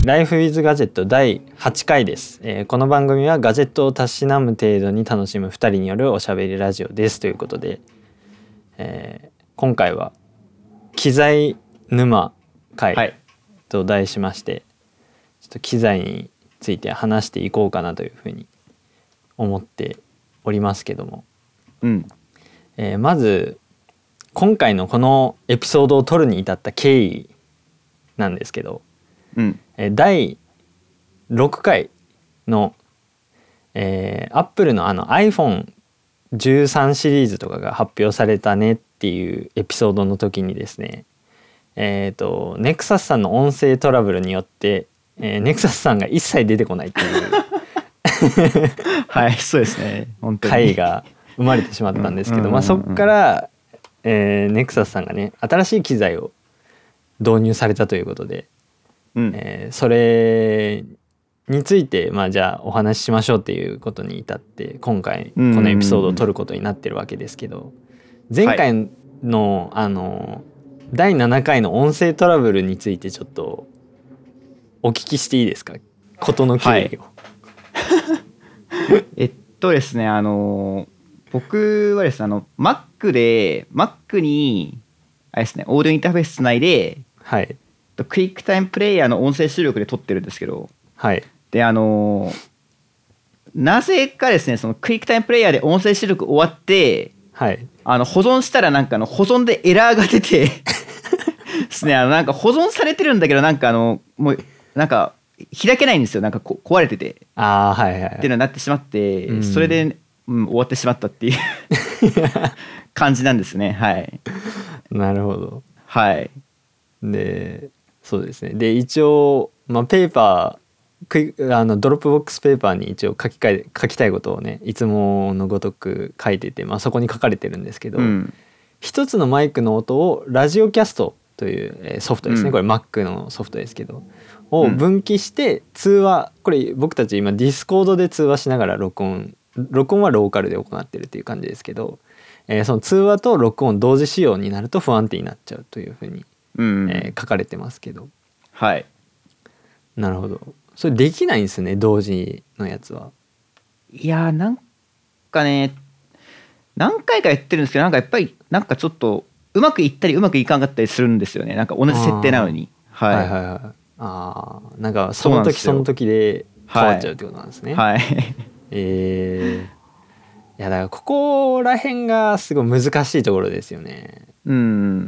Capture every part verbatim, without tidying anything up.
Life with Gadget だいはちかいです、えー、この番組はガジェットをたしなむ程度に楽しむふたりによるおしゃべりラジオですということで、えー、今回は機材沼会と題しまして、はい、ちょっと機材について話していこうかなというふうに思っておりますけども、 うんえー、まず今回のこのエピソードを撮るに至った経緯なんですけど、 うんえー、だいろっかいの、えー、Apple のあの アイフォンじゅうさん シリーズとかが発表されたねっていうエピソードの時にですね、えっとネクサスさんの音声トラブルによって、えー、ネクサスさんが一切出てこないっていうはいそうですね本当に回が生まれてしまったんですけど、まあそこから、えー、ネクサスさんがね新しい機材を導入されたということで、 うんえー、それについてまあじゃあお話ししましょうっていうことに至って今回このエピソードを撮ることになってるわけですけど、前回のあのだいななかいの音声トラブルについてちょっとお聞きしていいですか、事の経緯を。 はい、えっとですねあの僕はですねあの Mac で Mac にあれですねオーディオインターフェースつないで、 はい、 クイックタイムプレイヤーの音声出力で撮ってるんですけど、 はい、 であのなぜかですねそのクイックタイムプレイヤーで音声出力終わって、 はい、 あの保存したらなんかあの保存でエラーが出てですねあのなんか保存されてるんだけどなんかあのもうなんか開けないんですよ、なんかこ壊れててあー、はいはい、 っていうのになってしまって、 うん、 それで、うん、終わってしまったっていう感じなんですね。はいなるほど。 はいでそうですね、で一応、まあ、ペーパークイあのドロップボックスペーパーに一応書き換え書きたいことをねいつものごとく書いてて、まあ、そこに書かれてるんですけど、うん、一つのマイクの音をラジオキャストというソフトですね、うん、これ Mac のソフトですけどを分岐して通話、これ僕たち今ディスコードで通話しながら録音録音はローカルで行ってるっていう感じですけど、えー、その通話と録音同時使用になると不安定になっちゃうというふうに、うんえー、書かれてますけど、 はい、 なるほど。それできないんですね、同時のやつは。 いやーなんかね何回かやってるんですけどなんかやっぱりなんかちょっとうまくいったりうまくいかなかったりするんですよね、なんか同じ設定なのに。はい、はいはいはい、 ああ、なんかその時その時で変わっちゃうってことなんですね。 はい、はい、 えー、いやだからここら辺がすごい難しいところですよね。 うん、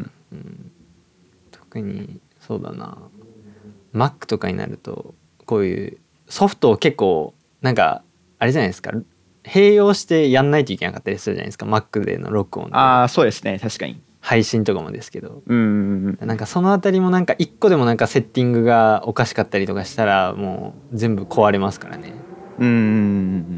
うん、特にそうだな Mac とかになるとこういうソフトを結構なんかあれじゃないですか、併用してやんないといけなかったりするじゃないですか Mac での録音で。 ああそうですね、確かに配信とかもですけど、 うん、 なんかそのあたりもなんか一個でもなんかセッティングがおかしかったりとかしたらもう全部壊れますからね。 うん、うん、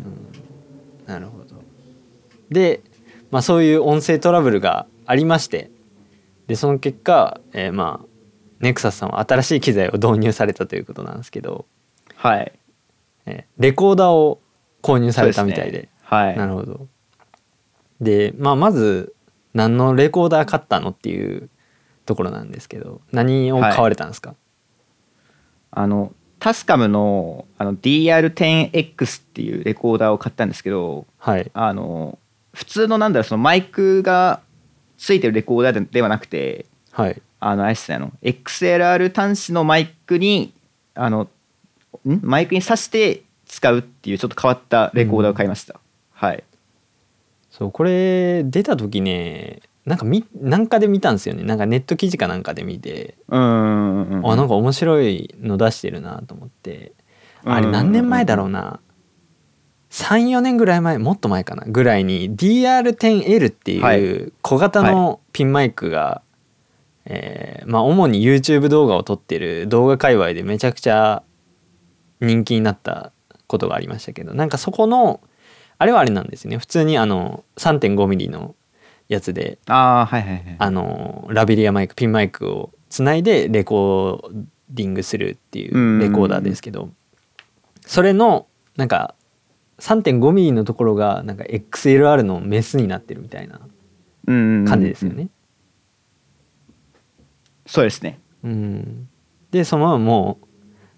なるほど。で、まあ、そういう音声トラブルがありまして、でその結果、えー、まあネクサスさんは新しい機材を導入されたということなんですけど、 はい、 えー、レコーダーを購入されたみたい で, で、ね、 はい、 なるほど。で、まあ、まず何のレコーダー買ったのっていうところなんですけど、何を買われたんですか？はい、 あのタスカム の, あの ディーアールテンエックス っていうレコーダーを買ったんですけど、はい、あの普通のなんだろうそのマイクがついてるレコーダーではなくて、はい、あのあれですねあの エックスエルアール 端子のマイクにあのんマイクに挿して使うっていうちょっと変わったレコーダーを買いました。うん、はい。 そうこれ出た時ねなんかみなんかで見たんですよね、なんかネット記事かなんかで見て、うんうんうんうん、あなんか面白いの出してるなと思って、あれ何年前だろうな、うんうんうん、さんよねんぐらい前、もっと前かなぐらいに ディーアールテンエル っていう小型のピンマイクが、はい、えー、まあ主に YouTube 動画を撮ってる動画界隈でめちゃくちゃ人気になったことがありましたけど、なんかそこのあれはあれなんですね、普通にあの さんてんごミリ のやつで、あ、はいはいはい、あのラビリアマイクピンマイクをつないでレコーディングするっていうレコーダーですけど、それのなんか さんてんごミリ のところがなんか エックスエルアール のメスになってるみたいな感じですよね。うんうんうん、 そうですね。 うん、でそのままもう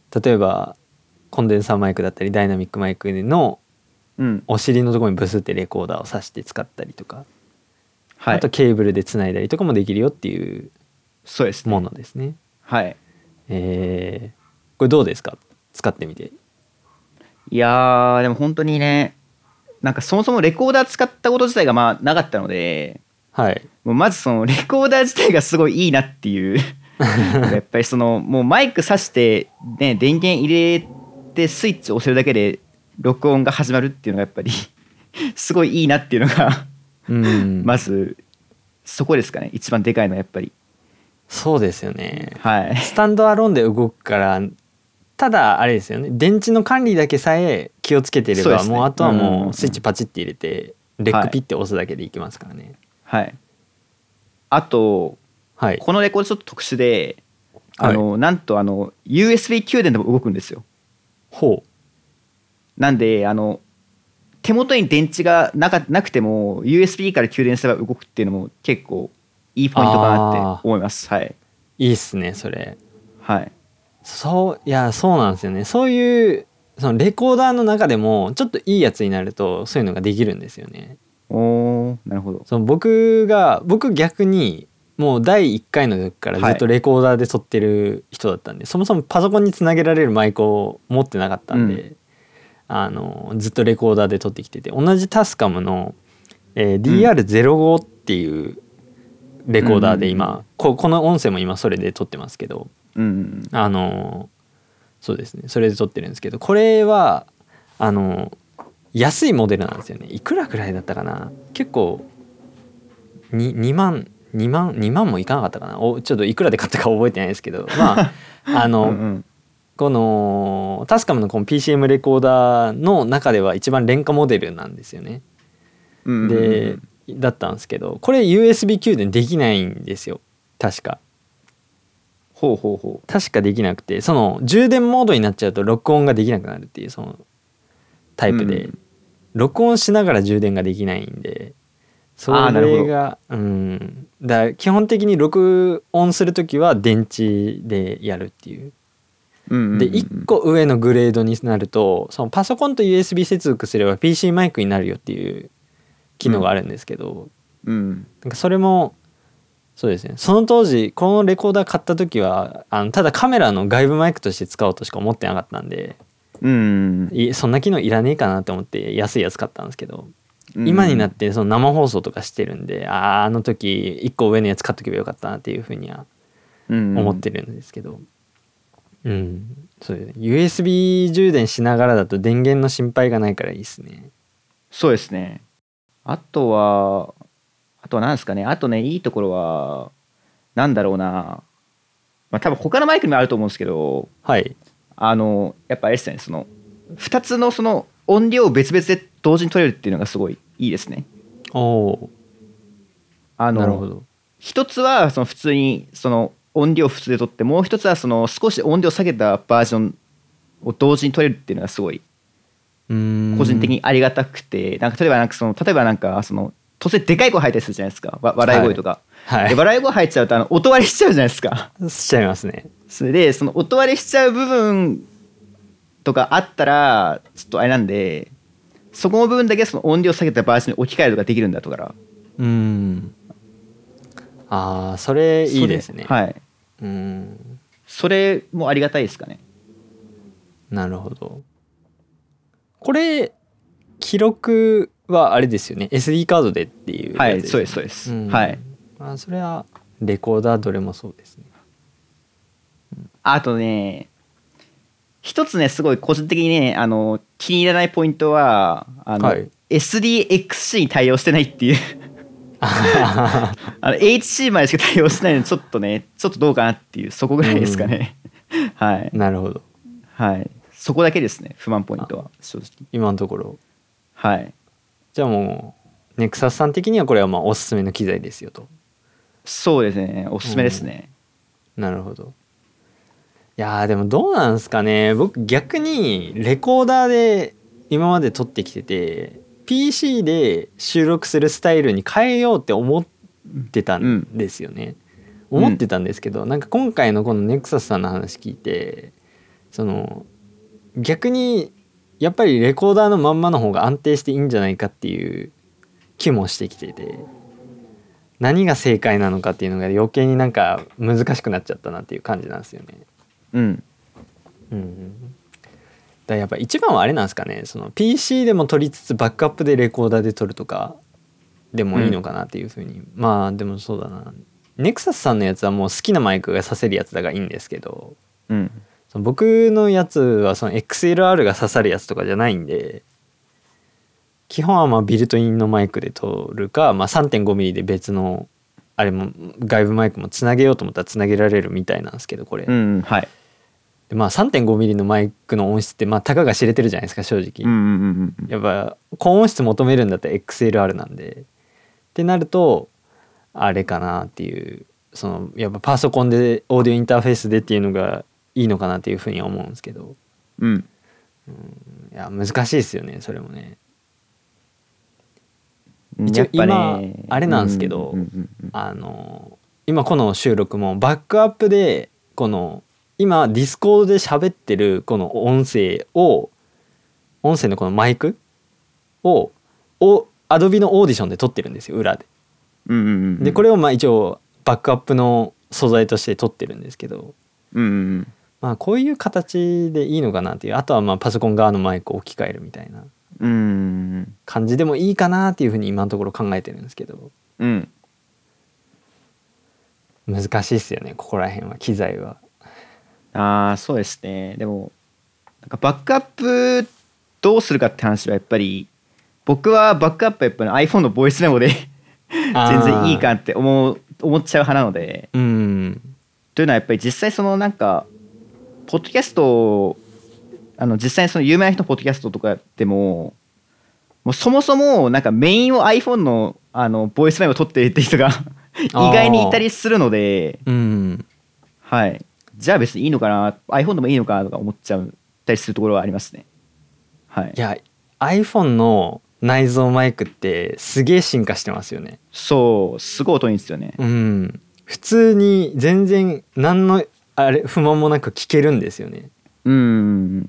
例えばコンデンサーマイクだったりダイナミックマイクのお尻のところにブスってレコーダーを挿して使ったりとか、はい、あとケーブルでつないだりとかもできるよっていうものですね。 はい。 えー、これどうですか、使ってみて。 いやーでも本当にね、なんかそもそもレコーダー使ったこと自体がまあなかったので、 はい、 もうまずそのレコーダー自体がすごいいいなっていうやっぱりそのもうマイク挿して、ね、電源入れてスイッチ押せるだけで録音が始まるっていうのがやっぱりすごいいいなっていうのがうんまずそこですかね、一番でかいのはやっぱり。 そうですよね、 はい、 スタンドアローンで動くから、ただあれですよね、電池の管理だけさえ気をつけてれば、ね、もうあとはもうスイッチパチって入れて、うん、レックピッて押すだけでいきますからね。 はい、あと、はい、このレコードちょっと特殊で、あの、はい、なんとあの ユーエスビー 給電でも動くんですよ。 ほう。 なんであの手元に電池がなかなくても ユーエスビー から給電すれば動くっていうのも結構いいポイントかなって思います。はい。 いいっすねそれ。 はい。 そういやそうなんですよね。そういうそのレコーダーの中でもちょっといいやつになるとそういうのができるんですよね。 おー、なるほど。 その僕が僕逆にもうだいいっかいの時からずっとレコーダーで撮ってる人だったんで、はい、そもそもパソコンにつなげられるマイクを持ってなかったんで、うん、あのずっとレコーダーで撮ってきてて、同じタスカムの、えー、ディーアールゼロご っていうレコーダーで今、うん、こ, この音声も今それで撮ってますけど、うん、あのそうですね、それで撮ってるんですけど、これはあの安いモデルなんですよね。いくらくらいだったかな、結構 2, 2万2万2万もいかなかったかな、おちょっといくらで買ったか覚えてないですけど、まああのうん、うん、このタスカムのこの ピーシーエム レコーダーの中では一番廉価モデルなんですよね。うんうんうん、でだったんですけど、これ ユーエスビー 給電できないんですよ確か。 ほうほうほう。 確かできなくて、その充電モードになっちゃうと録音ができなくなるっていうそのタイプで、うん、録音しながら充電ができないんで、それがうんだから基本的に録音するときは電池でやるっていう。うんうんうん、でいっこ上のグレードになると、そのパソコンと ユーエスビー 接続すれば ピーシー マイクになるよっていう機能があるんですけど、うん、なんかそれもそうですね、その当時このレコーダー買った時はあのただカメラの外部マイクとして使おうとしか思ってなかったんで、うん、そんな機能いらねえかなって思って安いやつ買ったんですけど、うん、今になってその生放送とかしてるんで、ああの時いっこ上のやつ買っとけばよかったなっていうふうには思ってるんですけど、うん、そうですね、ユーエスビー 充電しながらだと電源の心配がないからいいですね。 そうですね。あとはあとは何ですかね、あとね、いいところはなんだろうな、まあ多分他のマイクにもあると思うんですけど、 はい、 あのやっぱあれですね、そのふたつのその音量を別々で同時に取れるっていうのがすごいいいですね。 おー、あのなるほど。 一つはその普通にその音量を普通で取って、もう一つはその少し音量を下げたバージョンを同時に取れるっていうのがすごい個人的にありがたくて、なんか例えばなんかその例えばなんかその突然でかい声入ったりするじゃないですか、笑い声とか、はいはい、で笑い声入っちゃうとあの音割れしちゃうじゃないですか。 しちゃいますね。 それでその音割れしちゃう部分とかあったらちょっとあれなんで、そこの部分だけその音量下げたバージョンに置き換えるとかできるんだとから、 うーん、ああそれいいですね。 はい、うん、それもありがたいですかね。 なるほど。これ記録はあれですよね、 エスディー カードでっていうやつです、ね、 はい、そうですそうです、 うん、 はい。 あそれはレコーダーどれもそうですね。 あとね一つねすごい個人的にねあの気に入らないポイントはあの、はい、エスディーエックスシー に対応してないっていうあの エイチシー までしか対応してないのでちょっとねちょっとどうかなっていう、そこぐらいですかね、うん、はい、 なるほど、 はい、そこだけですね不満ポイントは正直今のところ。 はい、 じゃあもうネクサスさん的にはこれはまあおすすめの機材ですよと。 そうですね、おすすめですね、 うん、なるほど。いやでもどうなんですかね、僕逆にレコーダーで今まで撮ってきてて ピーシー で収録するスタイルに変えようって思ってたんですよね、うん、思ってたんですけど、なんか今回のこのネクサスさんの話聞いてその逆にやっぱりレコーダーのまんまの方が安定していいんじゃないかっていう気もしてきてて、何が正解なのかっていうのが余計になんか難しくなっちゃったなっていう感じなんですよね。 うん、 うん、だからやっぱ一番はあれなんですかね、その ピーシー でも撮りつつバックアップでレコーダーで撮るとかでもいいのかなっていうふうに、うん、まあでもそうだな、ネクサスさんのやつはもう好きなマイクが刺せるやつだからいいんですけど、 うん、 その僕のやつはその エックスエルアール が刺さるやつとかじゃないんで、基本はまあビルトインのマイクで撮るか、まあ、さんてんごミリ で別のあれも外部マイクもつなげようと思ったらつなげられるみたいなんですけど、これ、 うん、はい。 でまあ さんてんごミリ のマイクの音質ってまあたかが知れてるじゃないですか正直、 うんうんうん、 やっぱ高音質求めるんだったら エックスエルアール なんでってなるとあれかなっていう、そのやっぱパソコンでオーディオインターフェースでっていうのがいいのかなっていうふうには思うんですけど、 うん、うん、 いや難しいですよねそれもね。一応今あれなんですけど、あの今この収録もバックアップでこの今ディスコードで喋ってるこの音声を音声のこのマイクをを Adobe のオーディションで撮ってるんですよ裏で。でこれをまあ一応バックアップの素材として撮ってるんですけど、 うんうんうん、 まあこういう形でいいのかなっていう、あとはまあパソコン側のマイクを置き換えるみたいな感じでもいいかなっていうふうに今のところ考えてるんですけど、 うん、 難しいっすよねここら辺は機材は。 ああそうですね。でもなんかバックアップどうするかって話はやっぱり僕はバックアップはやっぱり iPhone のボイスメモで全然いいかって思う思っちゃう派なので、 うん、 というのはやっぱり実際そのなんかポッドキャストあの実際にその有名な人のポッドキャストとかでももうそもそもなんかメインを iPhone のあのボイスメモを取っているって人が意外にいたりするので、 うん、 はい、じゃあ別にいいのかな iPhone でもいいのかなとか思っちゃったりするところはありますね。はい、 いや iPhone の内蔵マイクってすげえ進化してますよね。 そうすごい音いいんですよね。 うん、普通に全然何のあれ不満もなく聞けるんですよね。 うん、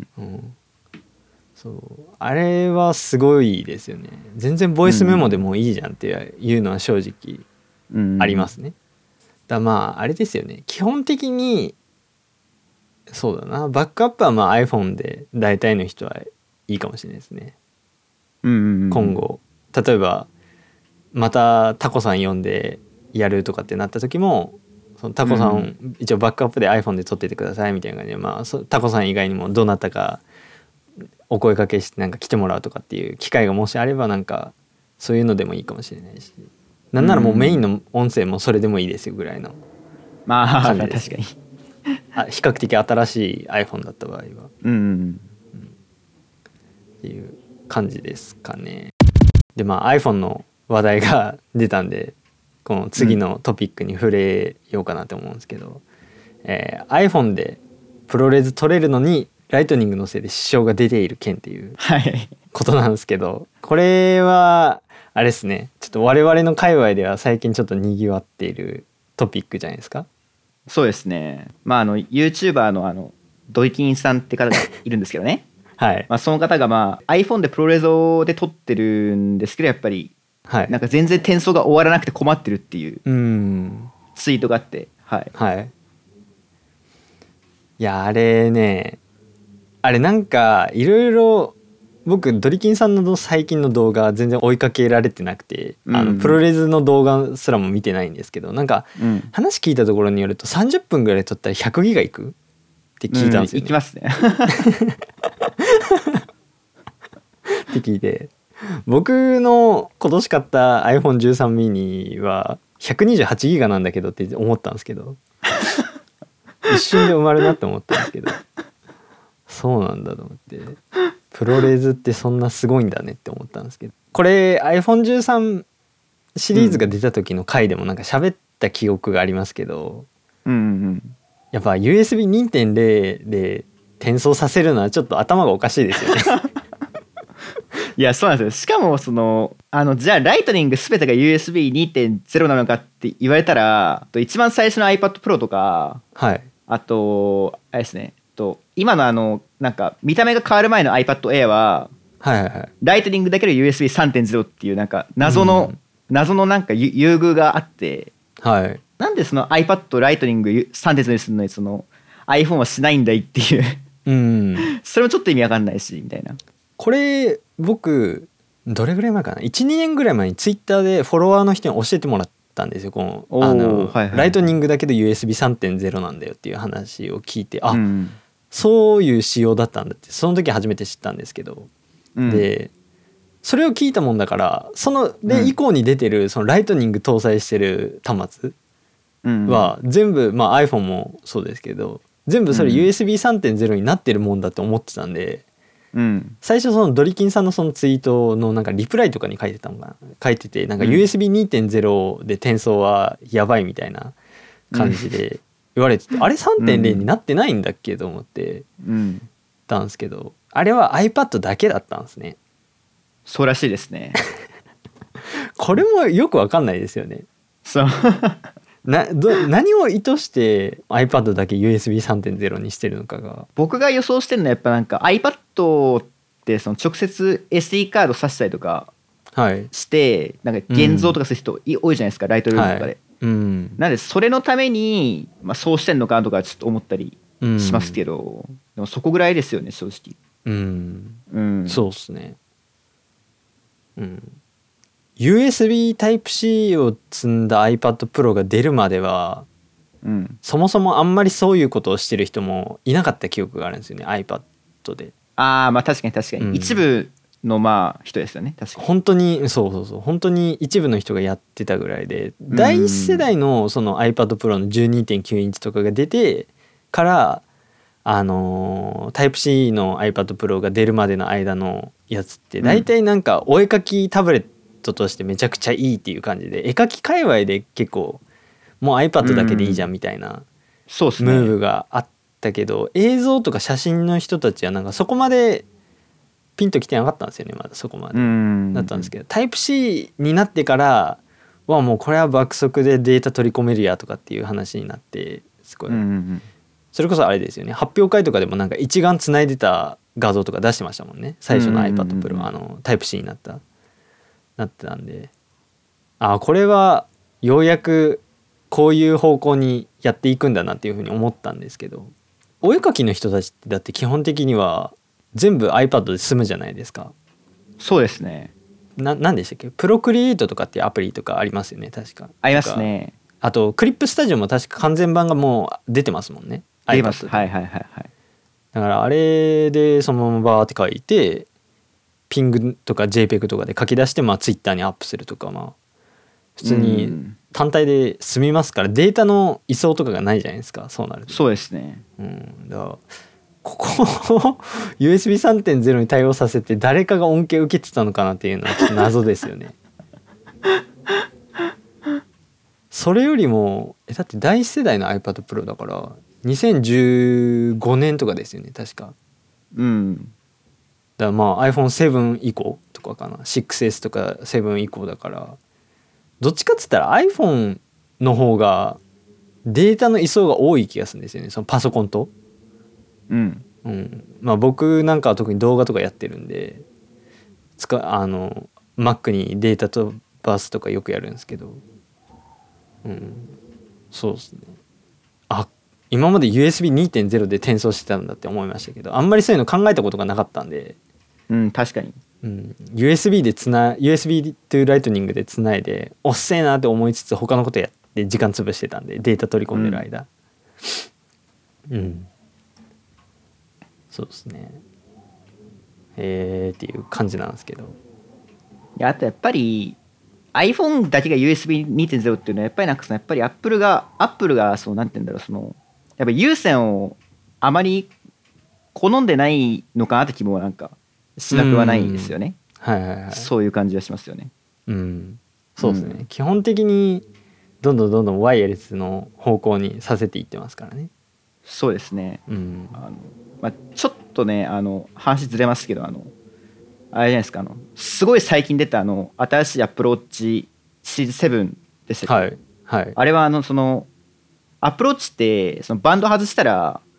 うん、そうあれはすごいですよね。全然ボイスメモでもいいじゃんっていうのは正直ありますね。うん、だまああれですよね、基本的にそうだな、バックアップはまあ iPhone で大体の人はいいかもしれないですね。 うんうんうん、 今後例えばまたタコさん呼んでやるとかってなった時もそのタコさん、うん、一応バックアップで iPhone で撮っててくださいみたいな感じで、まあ、タコさん以外にもどなたかお声かけしてなんか来てもらうとかっていう機会がもしあればなんかそういうのでもいいかもしれないし、なんならもうメインの音声もそれでもいいですよぐらいの感じです、 まあ確かにあ比較的新しい iPhone だった場合は、 うんうんうん、っていう感じですかね。でまあ iPhone の話題が出たんでこの次のトピックに触れようかなと思うんですけど、うんえー、iPhone でプロレス撮れるのにライトニングのせいで支障が出ている件っていうことなんですけど、はい、これはあれですね、ちょっと我々の界隈では最近ちょっとにぎわっているトピックじゃないですか。 そうですね。まああの YouTuber のあのドイキンさんって方がいるんですけどねはい、 まあ、その方がまあ iPhone でプロレゾで撮ってるんですけどやっぱりなんか全然転送が終わらなくて困ってるっていうツイートがあって、はい、 はい、いやあれねあれなんかいろいろ僕ドリキンさんの最近の動画全然追いかけられてなくて、うん、あのプロレスの動画すらも見てないんですけどなんか話聞いたところによるとさんじゅっぷんぐらい撮ったらひゃくギガいくって聞いたんですよね、うん、 いきますねって聞いて僕の今年買った アイフォンじゅうさん mini はひゃくにじゅうはちギガなんだけどって思ったんですけど一瞬で埋まるなって思ったんですけどそうなんだと思ってプロレスってそんなすごいんだねって思ったんですけど、これ アイフォンじゅうさん シリーズが出た時の回でもなんか喋った記憶がありますけど、 うんうん、 やっぱ ユーエスビーにてんゼロ で転送させるのはちょっと頭がおかしいですよねいやそうなんですよ。しかもそのあのじゃあライトニング全てが ユーエスビーにてんゼロ なのかって言われたら一番最初の iPad Pro とか、 はい、 あとあれですねと今のあのなんか見た目が変わる前の iPad Air は、 はいはいはい、 ライトニングだけど ユーエスビーさんてんゼロ っていうなんか謎の、うん、謎のなんか優遇があって、 はい、 なんでその iPad ライトニングさんてんゼロにするのにその iPhone はしないんだいっていううん、それもちょっと意味わかんないしみたいな。 これ僕どれぐらい前かな いちにねんぐらい前にツイッターでフォロワーの人に教えてもらったんですよ。このあの、はいはいはい、ライトニングだけど ユーエスビーさんてんゼロ なんだよっていう話を聞いて、あ、うん、そういう仕様だったんだってその時初めて知ったんですけど、うん、でそれを聞いたもんだからそので以降に出てるそのライトニング搭載してる端末は全部、まあ iPhone もそうですけど全部それ ユーエスビーさんてんゼロ になってるもんだって思ってたんで、うん、最初そのドリキンさんのそのツイートのなんかリプライとかに書いてたのかな書いててなんか ユーエスビーにてんゼロ で転送はやばいみたいな感じで言われてて、うん、あれ さんてんゼロ になってないんだっけと思ってたんですけど、あれは iPad だけだったんですね。 そうらしいですねこれもよくわかんないですよね。 そうなど何を意図して iPad だけ ユーエスビーさんてんゼロ にしてるのかが。 僕が予想してるのはやっぱなんか iPad ってその直接 エスディー カード挿したりとかして、はい、なんか現像とかする人多いじゃないですか、うん、ライトルームとかで、はい、うん、なんでそれのために、まあ、そうしてんのかなとかちょっと思ったりしますけど、うん、でもそこぐらいですよね正直。 うん、うん、そうっすね。うん、ユーエスビー Type-C を積んだ iPad Pro が出るまでは、うん、そもそもあんまりそういうことをしてる人もいなかった記憶があるんですよね iPad で。 ああまあ確かに確かに、うん、一部のまあ人ですよね確かに。 本当にそうそうそう本当に一部の人がやってたぐらいで、だいいち世代のその iPad Pro の じゅうにてんきゅう インチとかが出てからあのー、Type-C の iPad Pro が出るまでの間のやつって大体なんかお絵描きタブレットとしてめちゃくちゃいいっていう感じで、絵描き界隈で結構もう iPad だけでいいじゃんみたいなムーブがあったけど、映像とか写真の人たちはなんかそこまでピンときてなかったんですよね。まだそこまでだったんですけど、Type-C になってからはもうこれは爆速でデータ取り込めるやとかっていう話になって、すごいそれこそあれですよね、発表会とかでもなんか一眼つないでた画像とか出してましたもんね最初の iPad Pro、あの Type-C になったなってたんで、あこれはようやくこういう方向にやっていくんだなっていうふうに思ったんですけど、お絵描きの人たちってだって基本的には全部 iPad で済むじゃないですか。 そうですね。 な何でしたっけ、プロクリエイトとかっていうアプリとかありますよね確か。 ありますね。 あとクリップスタジオも確か完全版がもう出てますもんね。 出てます。はいはいはいはい。 だからあれでそのままバーって書いてピングとか ジェイペグ とかで書き出して、まあ、Twitter にアップするとか、まあ普通に単体で済みますから、データの移送とかがないじゃないですかそうなると。 そうですね、 うん、だからここを ユーエスビーさんてんゼロ に対応させて誰かが恩恵を受けてたのかなっていうのはちょっと謎ですよねそれよりもえだって第一世代の iPad Pro だからにせんじゅうごねんとかですよね確か。うんだからまあ アイフォンセブン 以降とかかな シックスエス とかセブン以降だから、どっちかっつったら iPhone の方がデータの移送が多い気がするんですよね、そのパソコンと。うん、うん、まあ僕なんかは特に動画とかやってるんで使あの Mac にデータ飛ばすとかよくやるんですけど、うん、そうですね。あ今まで ユーエスビーにてんゼロ で転送してたんだって思いましたけど、あんまりそういうの考えたことがなかったんで。 うん確かに、 うん、ユーエスビー でつな ユーエスビー to ライトニングでつないでおっせえなって思いつつ他のことやって時間潰してたんで、データ取り込んでる間、うん、うん、そうですね。えーっていう感じなんですけど、いやあとやっぱり iPhone だけが ユーエスビーにてんゼロ っていうのはやっぱりなんかそのやっぱり Apple が Apple がそうなんて言うんだろう、そのやっぱ有線をあまり好んでないのかなって気もなんかしなくはないですよね。 はいはいはい。 そういう感じはしますよね。 うん、そうですね、うん。基本的にどんどんどんどんワイヤレスの方向にさせていってますからね。 そうですね。 うん、 あのまあちょっとねあの話ずれますけど、あのあれじゃないですか、あのすごい最近出たあの新しい Apple Watch シリーズセブンでしたっけ。 はいはい。 あれはあのそのアプローチってそのバンド外したら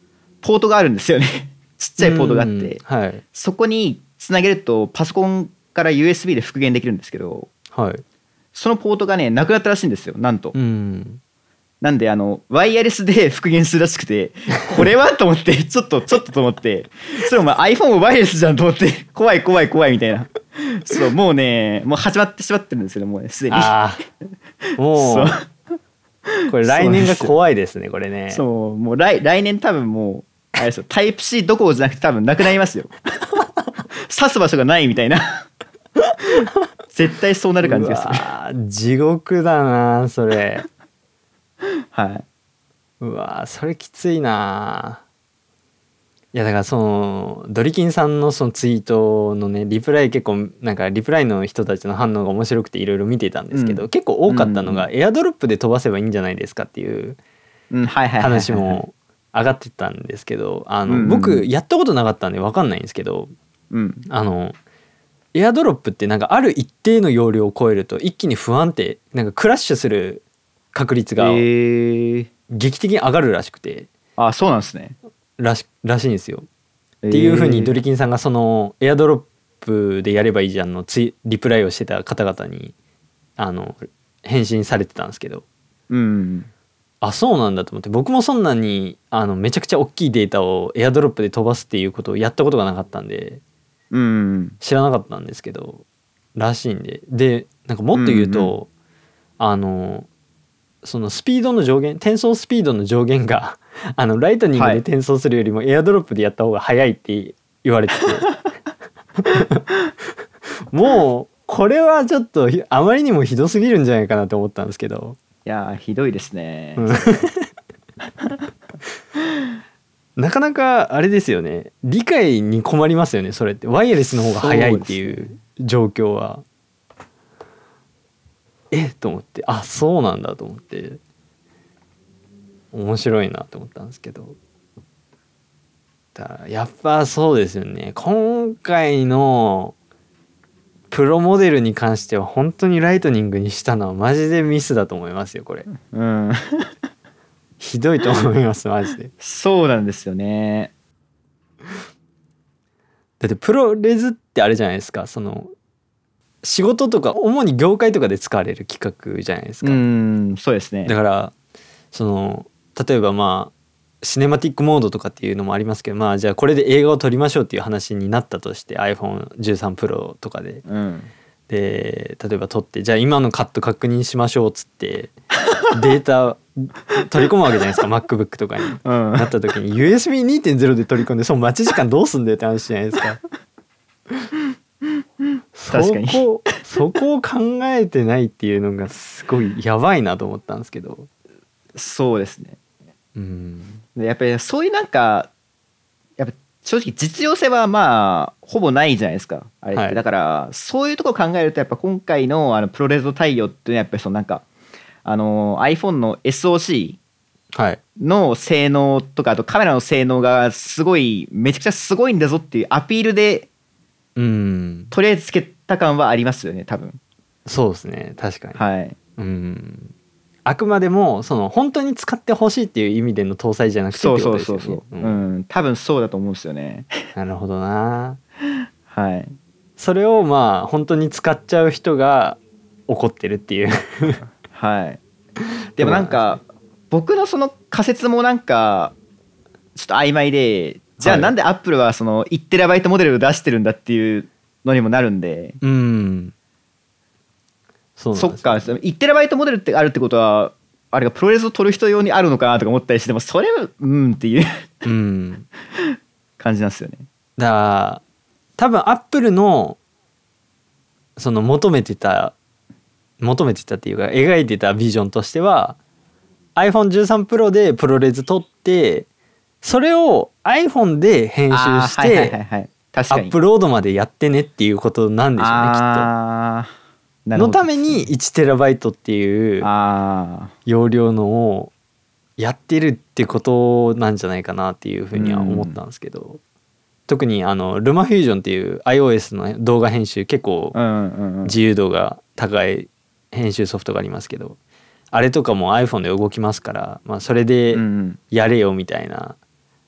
ポートがあるんですよねちっちゃいポートがあって、 はい、 そこにつなげるとパソコンから ユーエスビー で復元できるんですけど、 はい、 そのポートがねなくなったらしいんですよなんと。 うんなんであのワイヤレスで復元するらしくて、これはと思ってちょっとちょっとと思って、それお前 iPhone ワイヤレスじゃんと思って、怖い怖い怖いみたいな。そうもうねもう始まってしまってるんですけどもうねすでに。 あもうこれ来年が怖いですねこれね。 そうもう 来, 来年多分もうあれですよ、タイプ C どころじゃなくて多分なくなりますよ刺す場所がないみたいな絶対そうなる感じがする。 うわ地獄だなそれはい、 うわそれきついな。いやだからそのドリキンさんのそのツイートのねリプライ結構なんかリプライの人たちの反応が面白くていろいろ見てたんですけど、うん、結構多かったのが、うん、エアドロップで飛ばせばいいんじゃないですかっていう話も上がってたんですけど、あの、うんうん、僕やったことなかったんで分かんないんですけど、うん、あのエアドロップってなんかある一定の容量を超えると一気に不安定なんかクラッシュする確率が劇的に上がるらしくて、 えー、あそうなんですねら し, らしいんですよ、えー、っていう風にドリキンさんがそのエアドロップでやればいいじゃんのツイリプライをしてた方々にあの返信されてたんですけど、うん、あそうなんだと思って、僕もそんなにあのめちゃくちゃ大きいデータをエアドロップで飛ばすっていうことをやったことがなかったんで、うん、知らなかったんですけどらしいんで、でなんかもっと言うと、うんうん、あのそのスピードの上限転送スピードの上限があのライトニングで転送するよりもエアドロップでやった方が早いって言われててもうこれはちょっとあまりにもひどすぎるんじゃないかなと思ったんですけど、 いやひどいですねなかなかあれですよね、理解に困りますよねそれって。ワイヤレスの方が早いっていう状況は、えっと思って、あそうなんだと思って面白いなと思ったんですけど、だやっぱそうですよね、今回のプロモデルに関しては本当にライトニングにしたのはマジでミスだと思いますよこれ、うん、ひどいと思いますマジで。 そうなんですよね。 だってプロレズってあれじゃないですか、その仕事とか主に業界とかで使われる企画じゃないですか。 うんそうですね。 だからその例えばまあシネマティックモードとかっていうのもありますけど、まあじゃあこれで映画を撮りましょうっていう話になったとして アイフォンじゅうさん Pro とかで、うん、で例えば撮ってじゃあ今のカット確認しましょうっつってデータ取り込むわけじゃないですかMacBook とかに、うん、なった時に ユーエスビーにてんゼロ で取り込んでその待ち時間どうすんだよって話じゃないですか確かにそこそこを考えてないっていうのがすごいやばいなと思ったんですけど。 そうですね、うん、やっぱりそういうなんかやっぱ正直実用性はまあほぼないじゃないですかあれって、はい、だからそういうところを考えるとやっぱ今回のあのプロレゾ対応っていうのはやっぱりそのなんかあの iPhone の エスオーシー の性能とかあとカメラの性能がすごいめちゃくちゃすごいんだぞっていうアピールで、うん、とりあえずつけた感はありますよね多分。 そうですね確かに、 はい、 うん、あくまでもその本当に使ってほしいっていう意味での搭載じゃなくてってことですよね。そうそうそうそう、うん、うん、多分そうだと思うんですよねなるほどなはい。 それをまあ本当に使っちゃう人が怒ってるっていうはいでもなんか僕のその仮説もなんかちょっと曖昧で、じゃあなんでアップルはそのいちテラバイトモデルを出してるんだっていうのにもなるんで、うん、そうなんです。そっかいちテラバイトモデルってあるってことはあれがプロレスを撮る人用にあるのかなとか思ったりして、でもそれはうんっていううん、感じなんですよね。 だから多分アップルのその求めてた求めてたっていうか描いてたビジョンとしては アイフォンじゅうさん Pro でプロレス撮ってそれを iPhone で編集してアップロードまでやってねっていうことなんでしょうねきっと。あのために いちテラバイト っていう容量のをやってるってことなんじゃないかなっていうふうには思ったんですけど、うん、特にあのルマフュージョンっていう iOS の動画編集結構自由度が高い編集ソフトがありますけど、あれとかも iPhone で動きますから、まあ、それでやれよみたいな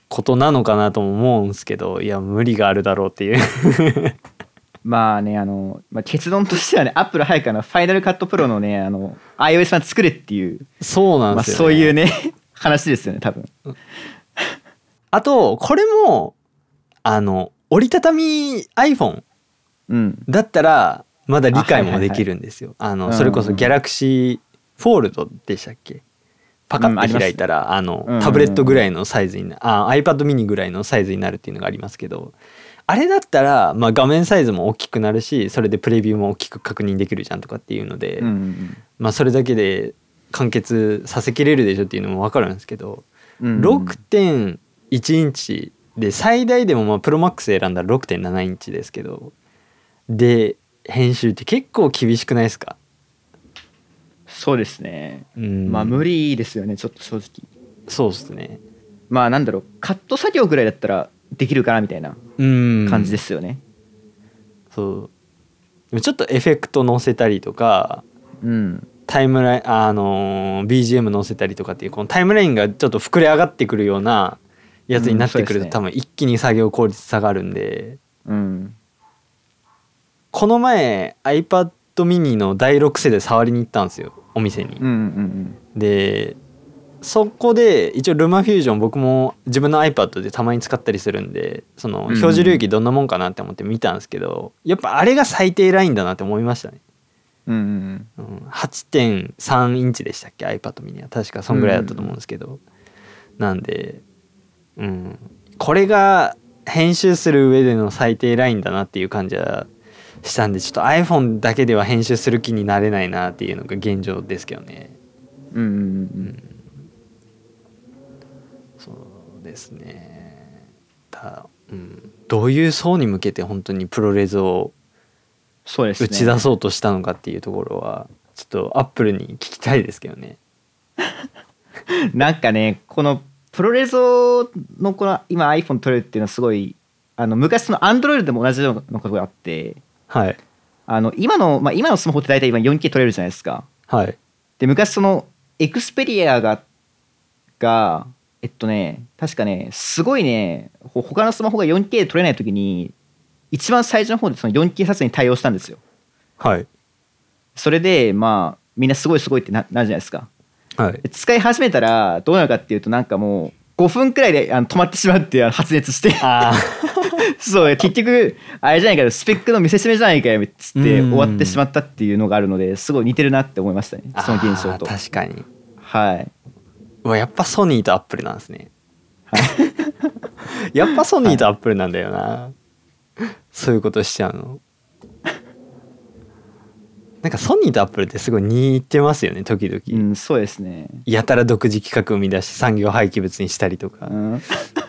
ことなのかなとも思うんですけど、いや無理があるだろうっていうまあね、あの、まあ、結論としてはね、アップル早くあのファイナルカットプロのね、あの iOS 版作れっていう、 そうなんですよね、 まあ、そういうね話ですよね多分。 あとこれもあの折りたたみ iPhone だったらまだ理解もできるんですよ。あのそれこそギャラクシーフォールドでしたっけ、パカッて開いたら、うん、あ, あの、うん、タブレットぐらいのサイズになあ iPad mini ぐらいのサイズになるっていうのがありますけど、あれだったら、まあ、画面サイズも大きくなるし、それでプレビューも大きく確認できるじゃんとかっていうので、うんうん、まあ、それだけで完結させきれるでしょっていうのも分かるんですけど、うんうん、ろくてんいちインチで最大でもまあプロマックス選んだら ろくてんななインチですけど、で編集って結構厳しくないですか？ そうですね、うん、まあ無理ですよねちょっと正直。 そうですね、 まあなんだろう、カット作業ぐらいだったらできるかなみたいな感じですよね。 そうちょっとエフェクト載せたりとか、うん、タイムラインあの ビージーエム 載せたりとかっていうこのタイムラインがちょっと膨れ上がってくるようなやつになってくると、うん、多分一気に作業効率下がるんで、うん、この前 iPad mini のだいろく世で触りに行ったんですよお店に、うんうんうん、でそこで一応ルマフュージョン僕も自分の iPad でたまに使ったりするんで、その表示領域どんなもんかなって思って見たんですけど、やっぱあれが最低ラインだなって思いましたね。うんうんうん、はちてんさんインチでしたっけ iPad mini は、確かそんぐらいだったと思うんですけど、うんうん、なんで、うん、これが編集する上での最低ラインだなっていう感じはしたんで、ちょっと iPhone だけでは編集する気になれないなっていうのが現状ですけどね。うんうんうん、うんそうですね。だ、うん、どういう層に向けて本当にプロレスを打ち出そうとしたのかっていうところはちょっとアップルに聞きたいですけどね。 なんかね、このプロレスのこの今 iPhone 撮れるっていうのはすごい、あの昔の Android でも同じようなことがあって、はい、あの今の、まあ、今のスマホって大体今 よんケー 撮れるじゃないですか。はい、で昔そのエクスペリアががえっとね確かねすごいね他のスマホが よんケー で撮れない時に一番最初の方でその よんケー 撮影に対応したんですよ。はい。それでまあみんなすごいすごいってな、なるじゃないですか。はい。使い始めたらどうなるかっていうと、なんかもうごふんくらいであの止まってしまうっていう発熱してあそう結局あれじゃないか、スペックの見せしめじゃないかよっつって終わってしまったっていうのがあるので、すごい似てるなって思いましたね、その現象と。 確かに。 はい。 うわやっぱソニーとアップルなんですね。はい、やっぱソニーとアップルなんだよな、はい、そういうことしちゃうの。なんかソニーとアップルってすごい似てますよね時々。 うん、そうですね。 やたら独自企画を生み出し産業廃棄物にしたりとか、うん、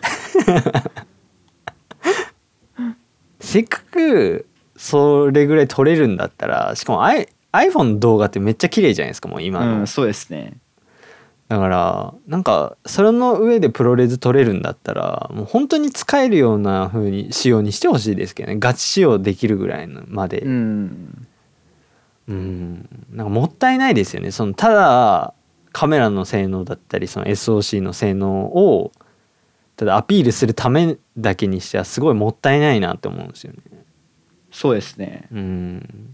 せっかくそれぐらい撮れるんだったら、しかも I iPhone の動画ってめっちゃ綺麗じゃないですかもう今の、 うん、そうですね。 だからなんかそれの上でプロレス撮れるんだったらもう本当に使えるような風に仕様にしてほしいですけどね。ガチ仕様できるぐらいのまで、うんうん、なんかもったいないですよね。そのただカメラの性能だったりその エスオーシー の性能をただアピールするためだけにしてはすごいもったいないなって思うんですよね。 そうですね。うん。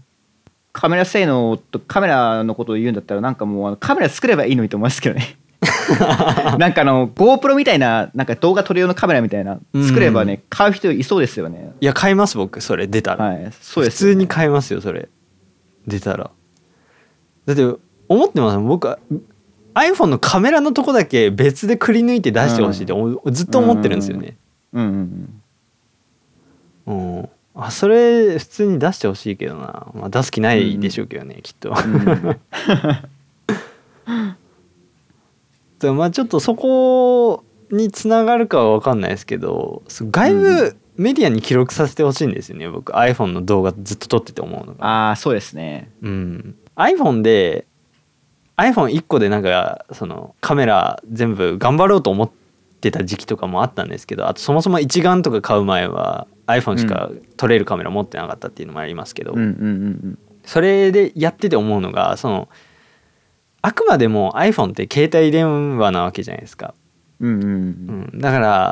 カメラ性能とカメラのことを言うんだったらなんかもうカメラ作ればいいのにと思いますけどね。なんかあの GoPro みたいななんか動画撮る用のカメラみたいな作ればね、うん、買う人いそうですよね。 いや買います僕それ出たら、はい、そうですよね、普通に買いますよそれ出たら。だって思ってます僕は iPhone のカメラのとこだけ別でくり抜いて出してほしいって、うん、ずっと思ってるんですよね。うんうんうん、うん、あそれ普通に出してほしいけどな、まあ、出す気ないでしょうけどね、うん、きっと、うん、まあちょっとそこにつながるかは分かんないですけど、外部メディアに記録させてほしいんですよね僕 iPhone の動画ずっと撮ってて思うのが。 ああそうですね、 うん、iPhone で アイフォンいっこでなんかそのカメラ全部頑張ろうと思ってた時期とかもあったんですけど、あとそもそも一眼とか買う前は iPhone しか撮れるカメラ持ってなかったっていうのもありますけど、うんうんうんうん、それでやってて思うのがそのあくまでも iPhone って携帯電話なわけじゃないですか、うんうんうん、だから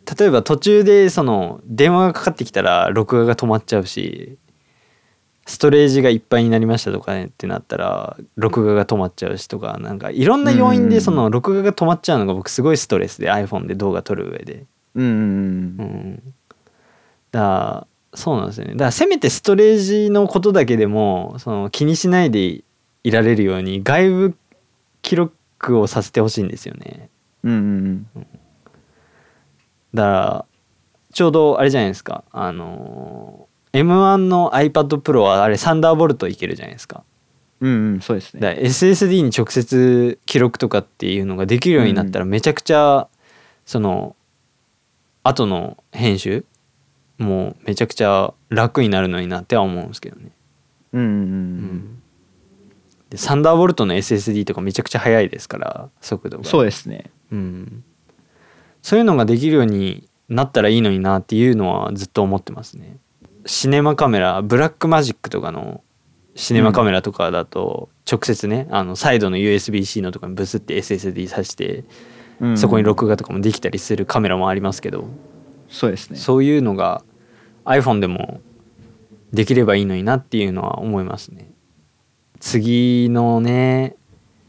例えば途中でその電話がかかってきたら録画が止まっちゃうし、ストレージがいっぱいになりましたとかねってなったら録画が止まっちゃうしとか、なんかいろんな要因でその録画が止まっちゃうのが僕すごいストレスで、 iPhone で動画撮る上で。 うんうんうんうんだからそうなんですよね。だからせめてストレージのことだけでもその気にしないでいられるように外部記録をさせてほしいんですよね。 うんうんうん。 だからちょうどあれじゃないですか、あの エムワン の iPad Pro はあれサンダーボルトいけるじゃないですか。 うんうんそうですね。 だから エスエスディー に直接記録とかっていうのができるようになったらめちゃくちゃその後の編集もうめちゃくちゃ楽になるのになっては思うんですけどね。 うんうんうん、 うん、でサンダーボルトの エスエスディー とかめちゃくちゃ速いですから速度が。 そうですね、 うん、そういうのができるようになったらいいのになっていうのはずっと思ってますね。シネマカメラ、ブラックマジックとかのシネマカメラとかだと直接ね、あのサイドの ユーエスビーC のとかにブスって エスエスディー 挿して、うん、そこに録画とかもできたりするカメラもありますけど、 そうですね、 そういうのが iPhone でもできればいいのになっていうのは思いますね。次のね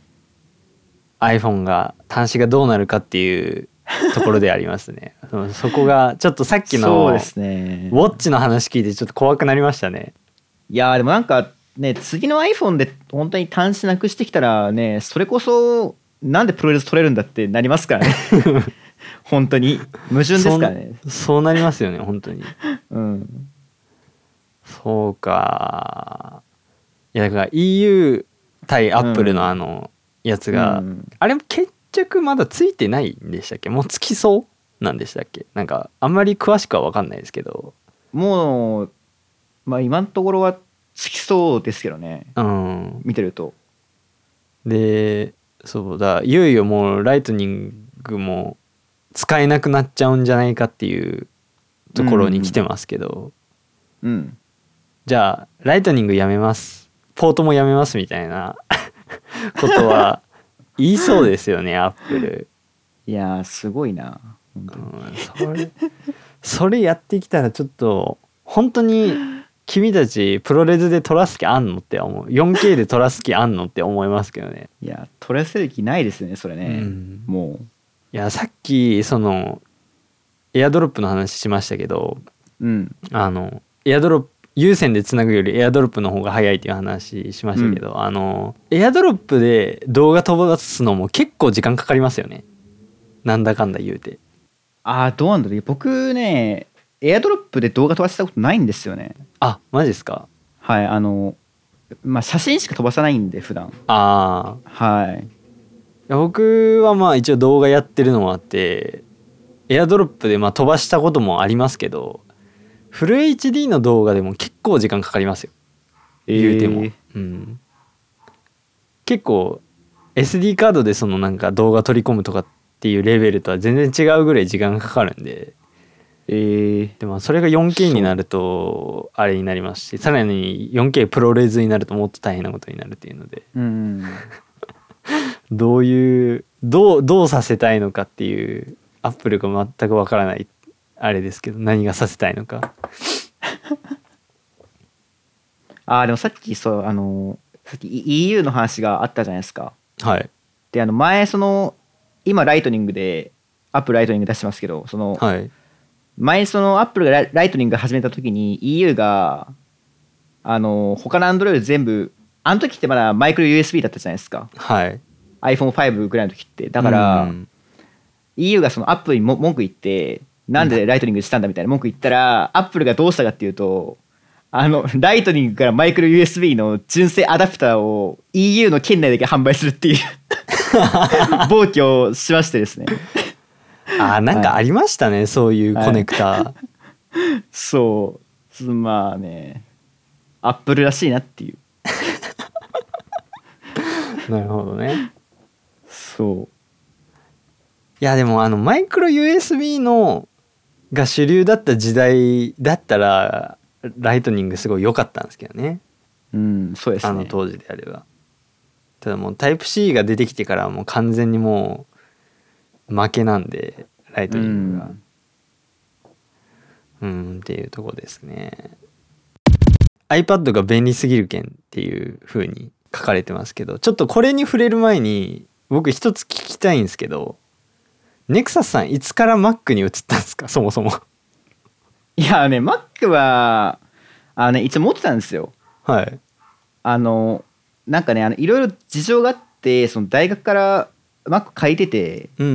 iPhone が端子がどうなるかっていうところでありますねそこがちょっとさっきのウォッチの話聞いてちょっと怖くなりましたね。 いやでもなんかね、次の iPhone で本当に端子なくしてきたらね、それこそなんでプロレス撮れるんだってなりますからね本当に矛盾ですからね。 そ, そうなりますよね本当にうんそうか。いやだから イーユー 対アップルのあのやつが、うん、あれも結局まだついてないんでしたっけ？もうつきそうなんでしたっけ？なんかあんまり詳しくは分かんないですけど、 もうまあ今のところはつきそうですけどね、うん、見てると。 でそうだ、いよいよもうライトニングも使えなくなっちゃうんじゃないかっていうところに来てますけど、 うん、うん、 じゃあライトニングやめます、ポートもやめますみたいなことは言いそうですよねアップル。 いやすごいな本当に、 うん、それそれやってきたらちょっと本当に君たちプロレスで撮らす気あんのって思う。 よんケー で撮らす気あんのって思いますけどね。 いや撮らせる気ないですねそれね、うん、もう。 いやさっきそのエアドロップの話しましたけど、うん、あのエアドロップ有線でつなぐよりエアドロップの方が早いっていう話しましたけど、うん、あのエアドロップで動画飛ばすのも結構時間かかりますよね、なんだかんだ言うて。 ああどうなんだろう、僕ねエアドロップで動画飛ばしたことないんですよね。 あ、マジですか？ はい、あのまあ写真しか飛ばさないんで普段。 ああはい。 いや僕はまあ一応動画やってるのもあってエアドロップでまあ飛ばしたこともありますけど、フル エイチディー の動画でも結構時間かかりますよ、えー、言うても、うん、結構 エスディー カードでそのなんか動画取り込むとかっていうレベルとは全然違うぐらい時間がかかるんで、えー、でもそれが よんケー になるとあれになりますし、さらに よんケー プロレスになるともっと大変なことになるっていうので、うんどういうどうどうさせたいのかっていうアップルが全くわからないあれですけど、何がさせたいのかあでもさっきそうあのさっき イーユー の話があったじゃないですか。 はい。 であの前その今ライトニングでアップルライトニング出してますけど、その、はい、前そのアップルがライトニング始めた時に イーユー があの他のアンドロイド全部あの時ってまだマイクロ ユーエスビー だったじゃないですか。 はい。 アイフォンファイブ ぐらいの時ってだから、うん、イーユー がそのアップルにも文句言ってなんでライトニングしたんだみたいな文句言ったら、アップルがどうしたかっていうと、あのライトニングからマイクロ ユーエスビー の純正アダプターを イーユー の圏内だけ販売するっていう暴挙をしましてですねあなんかありましたね、はい、そういうコネクター、はい、 そうまあねアップルらしいなっていうなるほどね。 そういやでもあのマイクロ ユーエスビー のが主流だった時代だったらライトニングすごい良かったんですけどね。 うんそうですね。 あの当時であれば。ただもうタイプ C が出てきてからもう完全にもう負けなんでライトニングが。 うんっていうとこですね。 iPad が便利すぎる件っていう風に書かれてますけど、ちょっとこれに触れる前に僕一つ聞きたいんですけど、ネクサスさんいつから Mac に移ったんですか、そもそも。 いやね Mac はあのね一応持ってたんですよ。 はい。 あのなんかねあのいろいろ事情があって、その大学から Mac 借りてて、 うん、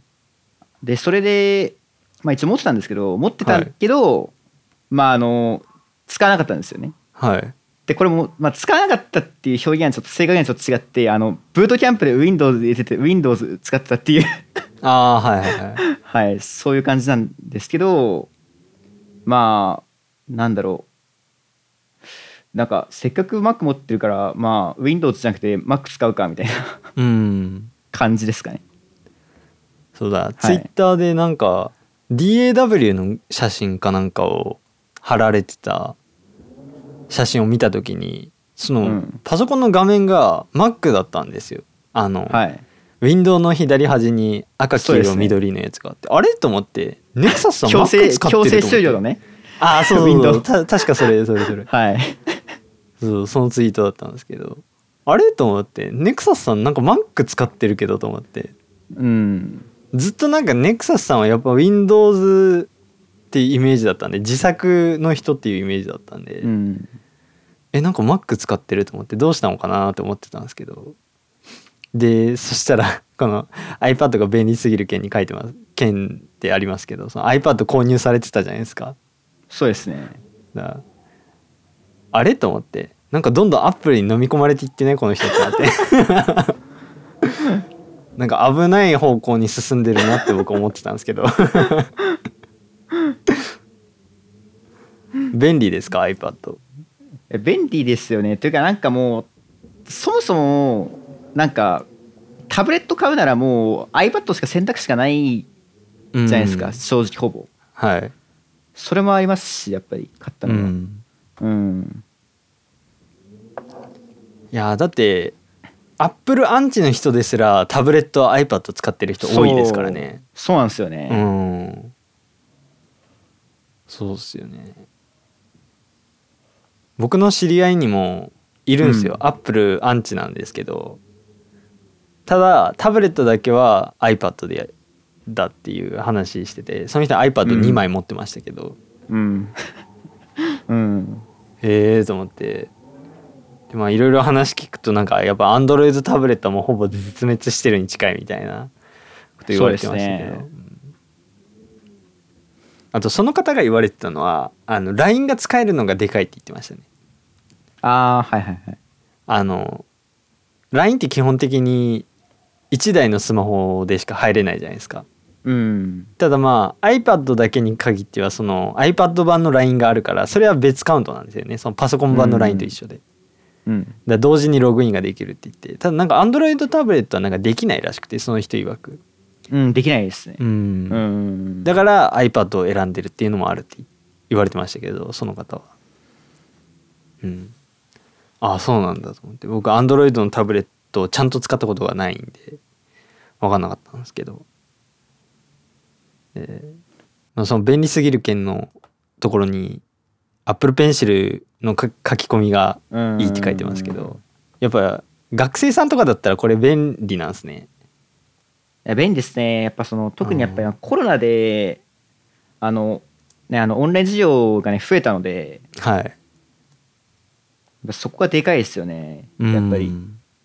でそれで、まあ、一応持ってたんですけど持ってたけど、はい、まああの使わなかったんですよね。 はい。 でこれも、まあ、使わなかったっていう表現はちょっと正確にはちょっと違って、あのブートキャンプで Windows 入れてて Windows 使ってたっていうああはいはいはいはい、そういう感じなんですけど、まあなんだろう、なんかせっかく Mac 持ってるから、まあ Windows じゃなくて Mac 使うかみたいなうん感じですかね。 そうだ、はい、Twitter でなんか ディーエーダブリュー の写真かなんかを貼られてた写真を見た時に、そのパソコンの画面が Mac だったんですよ。あの、はい、ウィンドウの左端に赤黄色緑のやつがあって、ね、あれと思ってネクサスさん Mac 使ってると思って。強制終了だね。ああそうそうそうた確かそれそれそれはいそうそのツイートだったんですけど、あれと思ってネクサスさんなんか Mac 使ってるけどと思って、うん、ずっとなんかネクサスさんはやっぱ Windows っていうイメージだったんで、自作の人っていうイメージだったんで、うん、えなんか Mac 使ってると思ってどうしたのかなと思ってたんですけど、でそしたらこの iPad が便利すぎる件に書いてます件でありますけど、その iPad 購入されてたじゃないですか。 そうですね。 だあれと思って、なんかどんどんアップルに飲み込まれていってねこの人ってなってなんか危ない方向に進んでるなって僕思ってたんですけど便利ですか iPad。 便利ですよね。というかなんかもうそもそもなんかタブレット買うならもう iPad しか選択肢がないじゃないですか、うん、正直ほぼ。はい。それもありますし、やっぱり買ったのは。うん。うん、 いやだってアップルアンチの人ですらタブレットは iPad 使ってる人多いですからね。 そう、そうなんですよね。うん。 そうですよね。僕の知り合いにもいるんですよ、うん、アップルアンチなんですけど、ただタブレットだけは iPad でだっていう話してて、その人は アイパッドに 枚持ってましたけど、うんうん、へえと思って、でまあいろいろ話聞くとなんかやっぱ Android タブレットはもうほぼ絶滅してるに近いみたいなこと言われてましたけど、ね、あとその方が言われてたのはあの ライン が使えるのがでかいって言ってましたね。 あーはいはいはい。 あの ライン って基本的にいちだいのスマホでしか入れないじゃないですか。うん、ただまあ iPad だけに限ってはその iPad 版の ライン があるから、それは別カウントなんですよね。そのパソコン版の ライン と一緒で、うん、だから同時にログインができるって言って、ただなんか Android タブレットはなんかできないらしくて、その人曰く、 うん、できないですね。うん、うん、だから iPad を選んでるっていうのもあるって言われてましたけど、その方は。うん、ああそうなんだと思って、僕 Android のタブレットをちゃんと使ったことがないんで分かんなかったんですけど、えーまあ、その便利すぎる件のところに Apple Pencil の書き込みがいいって書いてますけど、やっぱ学生さんとかだったらこれ便利なんですね。 いや便利ですね。やっぱその特にやっぱりコロナであのねあのオンライン授業がね増えたので、はい、そこがでかいですよねやっぱり。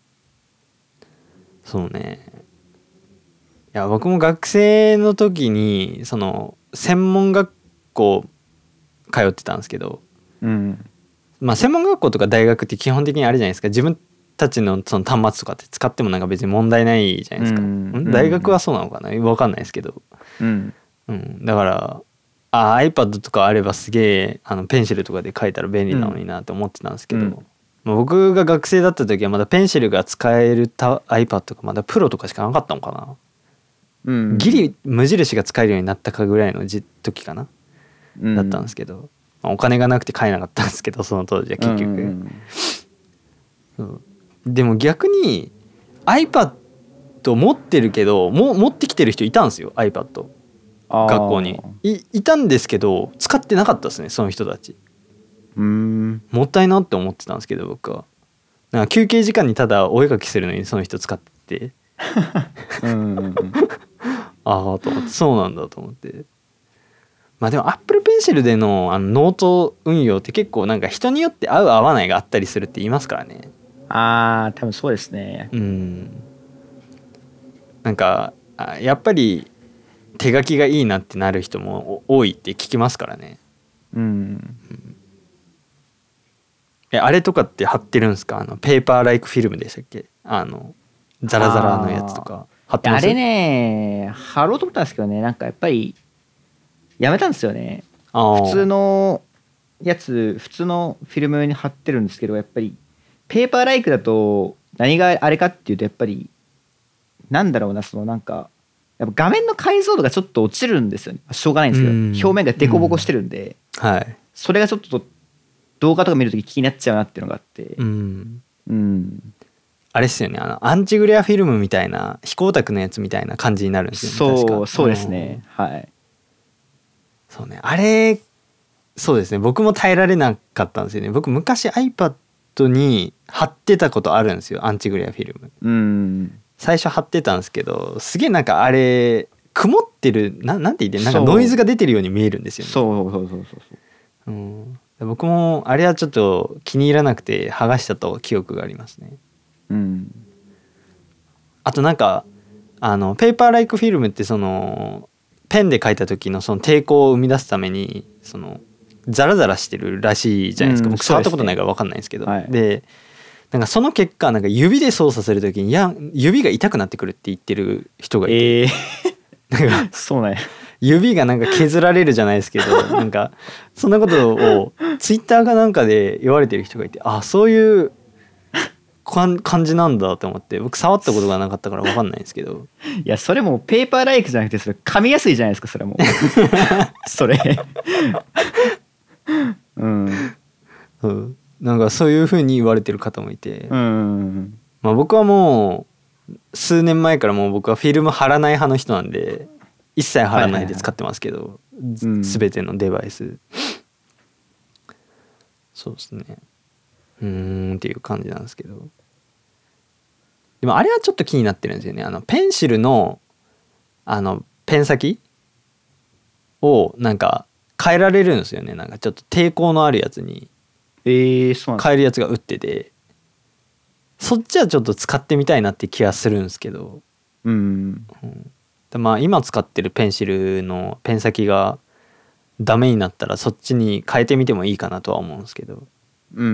そうね。いや僕も学生の時にその専門学校通ってたんですけど、うん、まあ専門学校とか大学って基本的にあれじゃないですか、自分たちのその端末とかって使ってもなんか別に問題ないじゃないですか、うん、大学はそうなのかな分かんないですけど、うんうん、だからあ iPad とかあればすげえあのペンシルとかで書いたら便利なのになって思ってたんですけど、うんまあ、僕が学生だった時はまだペンシルが使える iPad がまだプロとかしかなかったのかな、うん、ギリ無印が使えるようになったかぐらいの時かな、うん、だったんですけど、まあ、お金がなくて買えなかったんですけどその当時は結局、うんうん、でも逆に iPad 持ってるけども持ってきてる人いたんですよ iPad。 学校に い, いたんですけど使ってなかったですねその人たち。 うーんもったいなって思ってたんですけど僕はなんか休憩時間にただお絵描きするのにその人使っててうんうんああと思ってそうなんだと思って。まあでも Apple Pencil で の, あのノート運用って結構なんか人によって合う合わないがあったりするって言いますからね。 ああ多分そうですね。 うんなんかやっぱり手書きがいいなってなる人も多いって聞きますからね。 うん、うん、 えあれとかって貼ってるんですか？あのペーパーライクフィルムでしたっけ？あのザラザラのやつとか貼ってます？ あれね貼ろうと思ったんですけどねなんかやっぱりやめたんですよね。普通のやつ普通のフィルムに貼ってるんですけどやっぱりペーパーライクだと何があれかっていうとやっぱりなんだろうなそのなんかやっぱ画面の解像度がちょっと落ちるんですよね。しょうがないんですけど表面がデコボコしてるんで、 うんはい、 それがちょっと動画とか見るとき気になっちゃうなっていうのがあって、 うんうん、 あれっすよねあのアンチグレアフィルムみたいな飛行卓のやつみたいな感じになるんですよね。 そう確かそうですね、はいそうねあれそうですね僕も耐えられなかったんですよね。僕昔 iPad に貼ってたことあるんですよアンチグレアフィルム。 うん最初貼ってたんですけどすげえなんかあれ曇ってる な, なんて言ってなんかノイズが出てるように見えるんですよね。 そうそうそうそうそう、 うん、僕もあれはちょっと気に入らなくて剥がしたと記憶がありますね。 うん、 あとなんかあのペーパーライクフィルムってそのペンで書いた時のその抵抗を生み出すためにそのザラザラしてるらしいじゃないですか、うん、僕触ったことないから分かんないんですけど、はい、でなんかその結果なんか指で操作する時にいや指が痛くなってくるって言ってる人がいて、えー、なんかそうなんや指がなんか削られるじゃないですけどなんかそんなことをツイッターかなんかで言われてる人がいてあそういう感じなんだと思って僕触ったことがなかったから分かんないんですけどいやそれもペーパーライクじゃなくてそれ噛みやすいじゃないですかそれもそれうん、うん、なんかそういう風に言われてる方もいて、うん、まあ僕はもう数年前からもう僕はフィルム貼らない派の人なんで一切貼らないで使ってますけど、はいはいはい、全てのデバイス、うん、そうですねうーんっていう感じなんですけどでもあれはちょっと気になってるんですよね。あのペンシルのあのペン先をなんか変えられるんですよね。なんかちょっと抵抗のあるやつに変えるやつが売っててそっちはちょっと使ってみたいなって気がするんですけど、うんうん、でまあ今使ってるペンシルのペン先がダメになったらそっちに変えてみてもいいかなとは思うんですけど、うんうん、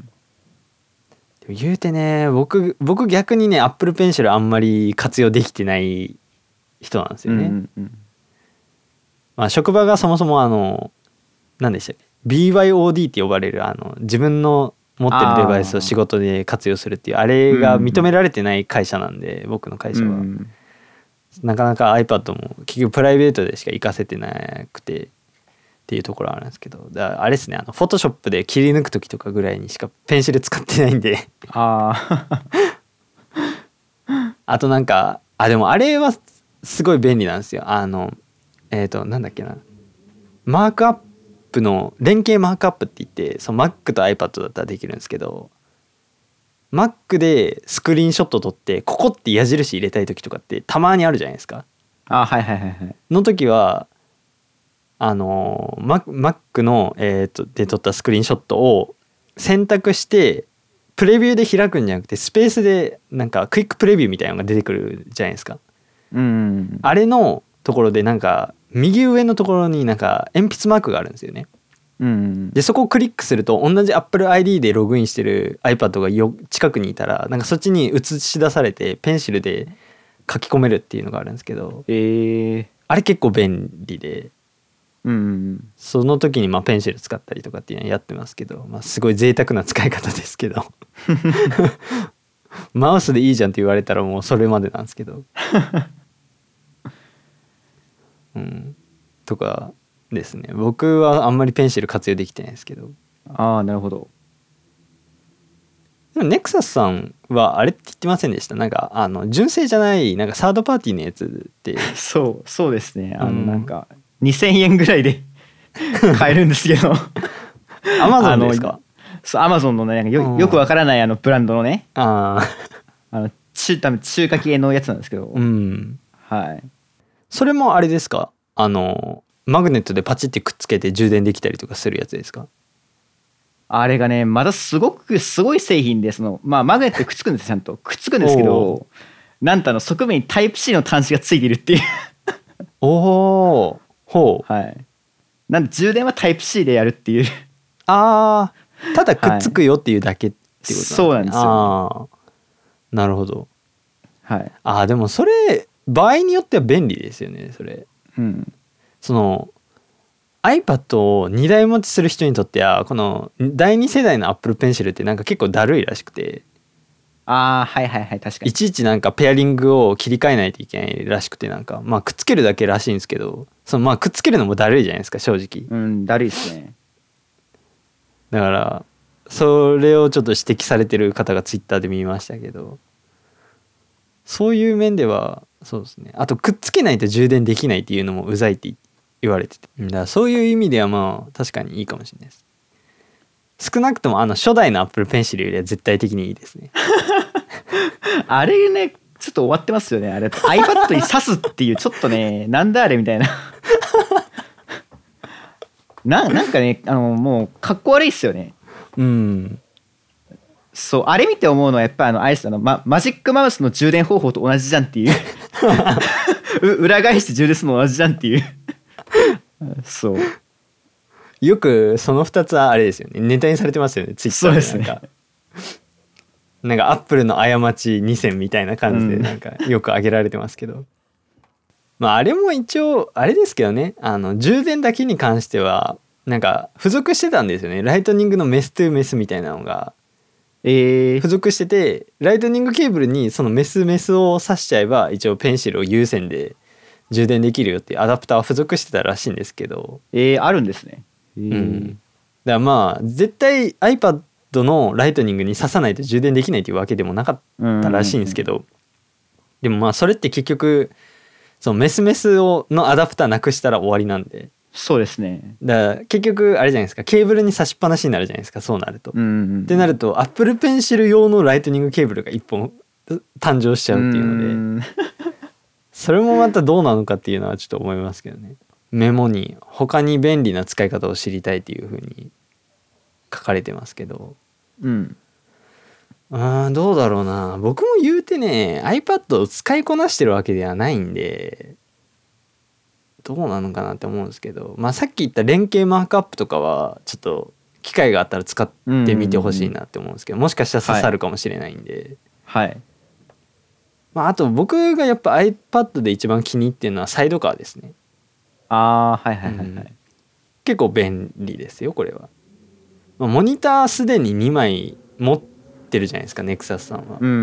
でも言うてね僕僕逆にねアップルペンシルあんまり活用できてない人なんですよね、うんうんまあ、職場がそもそもあの何でしたっけ ビーワイオーディー って呼ばれるあの自分の持ってるデバイスを仕事で活用するっていうあれが認められてない会社なんで、うんうん、僕の会社は、うん、なかなか iPad も結局プライベートでしか活かせてなくてっていうところあるんですけどだからあれですねあのフォトショップで切り抜く時とかぐらいにしかペンシル使ってないんでああとなんかあでもあれはすごい便利なんですよあのえっとなんだっけなマークアップの連携マークアップって言ってその Mac と iPad だったらできるんですけど Mac でスクリーンショット撮ってここって矢印入れたい時とかってたまにあるじゃないですか。 あはいはいはいはいの時はあの Mac の、えー、とで撮ったスクリーンショットを選択してプレビューで開くんじゃなくてスペースでなんかクイックプレビューみたいなのが出てくるじゃないですか、うん、あれのところでなんか右上のところになんか鉛筆マークがあるんですよね、うん、でそこをクリックすると同じ Apple アイディー でログインしてる iPad がよ近くにいたらなんかそっちに映し出されてペンシルで書き込めるっていうのがあるんですけど、えー、あれ結構便利でうん、その時にまあペンシル使ったりとかっていうのやってますけど、まあ、すごい贅沢な使い方ですけどマウスでいいじゃんって言われたらもうそれまでなんですけど、うん、とかですね。僕はあんまりペンシル活用できてないですけど。 ああなるほど。 でもネクサスさんはあれって言ってませんでした？なんかあの純正じゃないなんかサードパーティーのやつってそうそうですね、あのなんかにせんえんぐらいで買えるんですけどアマゾンですか？ そうアマゾンのね、なんか よ, よくわからないあのブランドのね、 ああの 中, 多分中華系のやつなんですけど、 うん、 はい。 それもあれですか？あのマグネットでパチってくっつけて充電できたりとかするやつですか？ あれがねまだすごくすごい製品で、そのまあマグネットくっつくんです、ちゃんとくっつくんですけど、なんとあの側面にタイプ C の端子がついてるっていうおお、ほう、はい。なんで充電はタイプ C でやるっていうああ、ただくっつくよっていうだけってことなんですね。 そうなんですよ、ね、 ああ、なるほど。 はい。 ああ、でもそれ場合によっては便利ですよね、それ。 うん。 その iPad をにだい持ちする人にとってはこのだいに世代の Apple Pencil ってなんか結構だるいらしくて、 ああはいはいはい、確かにいちいちなんかペアリングを切り替えないといけないらしくて、なんかまあくっつけるだけらしいんですけど、そのまあくっつけるのもだるいじゃないですか正直。 うん、だるいですね。 だからそれをちょっと指摘されてる方がツイッターで見ましたけど、そういう面ではそうですね。あとくっつけないと充電できないっていうのもうざいって言われてて、だからそういう意味ではまあ確かにいいかもしれないです。少なくともあの初代の Apple Pencil よりは絶対的にいいですねあれねちょっと終わってますよね、あれ iPad に挿すっていうちょっとねなんだあれみたいなな, なんかねあのもうかっこ悪いっすよね。 うん、 そうあれ見て思うのはやっぱあのアイスあの、ま、マジックマウスの充電方法と同じじゃんっていう裏返して充電するの同じじゃんっていうそうよくそのふたつはあれですよね、ネタにされてますよねツイッターで。なんか、ね、なんかアップルの過ちにせんみたいな感じでなんかよく挙げられてますけど、うん、まああれも一応あれですけどね、あの充電だけに関してはなんか付属してたんですよね、ライトニングのメストゥメスみたいなのが、えー、付属してて、ライトニングケーブルにそのメスメスを挿しちゃえば一応ペンシルを有線で充電できるよっていうアダプターは付属してたらしいんですけど、 えー、あるんですね。 うん、だからまあ絶対 iPad のライトニングに挿さないと充電できないというわけでもなかったらしいんですけど、でもまあそれって結局そのメスメスをのアダプターなくしたら終わりなんで。 そうですね。 だから結局あれじゃないですか、ケーブルに差しっぱなしになるじゃないですか、そうなると、うんうんうん、ってなると Apple Pencil 用のライトニングケーブルがいっぽん誕生しちゃうっていうので、それもまたどうなのかっていうのはちょっと思いますけどね。メモに他に便利な使い方を知りたいっていう風に書かれてますけど、うん、あーどうだろうな。僕も言うてね iPad を使いこなしてるわけではないんでどうなのかなって思うんですけど、まあさっき言った連携マークアップとかはちょっと機会があったら使ってみてほしいなって思うんですけど、もしかしたら刺さるかもしれないんで、はい、はい、まあ、あと僕がやっぱ iPad で一番気に入ってるのはサイドカーですね。 あーはいはいはいはい、うん、 結構便利ですよこれは。モニターすでににまい持ってるじゃないですかネクサスさんは。うん、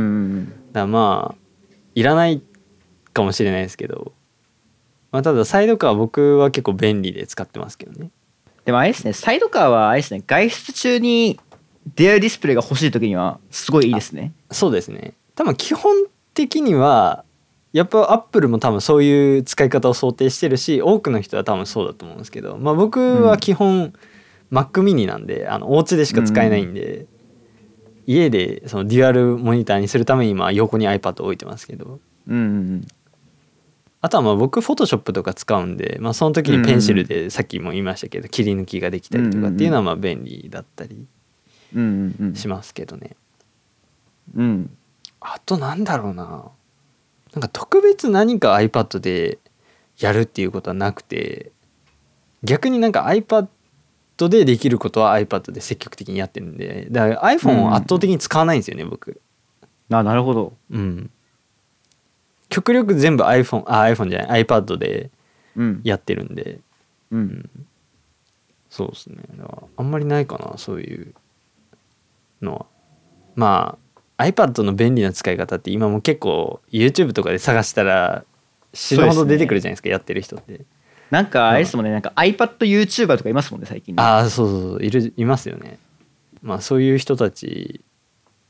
だからまあいらないかもしれないですけど、まあ、ただサイドカーは僕は結構便利で使ってますけどね。 でもあれですね、サイドカーはあれですね、外出中にデュアルディスプレイが欲しい時にはすごいいいですね。 そうですね。多分基本的にはやっぱアップルも多分そういう使い方を想定してるし、多くの人は多分そうだと思うんですけど、まあ僕は基本、うん、Mac mini なんであのお家でしか使えないんで、うん、家でそのデュアルモニターにするために今横に iPad 置いてますけど、うんうん、あとはまあ僕フォトショップとか使うんで、まあ、その時にペンシルでさっきも言いましたけど切り抜きができたりとかっていうのはまあ便利だったりしますけどね。うん、あとなんだろうな、なんか特別何か iPad でやるっていうことはなくて、逆になんか iPad でできることは iPad で積極的にやってるんで、だから iPhone を圧倒的に使わないんですよね、うん、僕。 あ、なるほど。 うん。極力全部 iPhone、あ、iPhone じゃない iPad でやってるんで、うんうん、そうですね。だからあんまりないかなそういうのは。まあ iPad の便利な使い方って今も結構 YouTube とかで探したら死ぬほど出てくるじゃないですか、やってる人って。 なんかあれですもんね、なんか iPadYouTuber とかいますもんね最近ね。 ああそうそうそう、いるいますよね。まあそういう人たち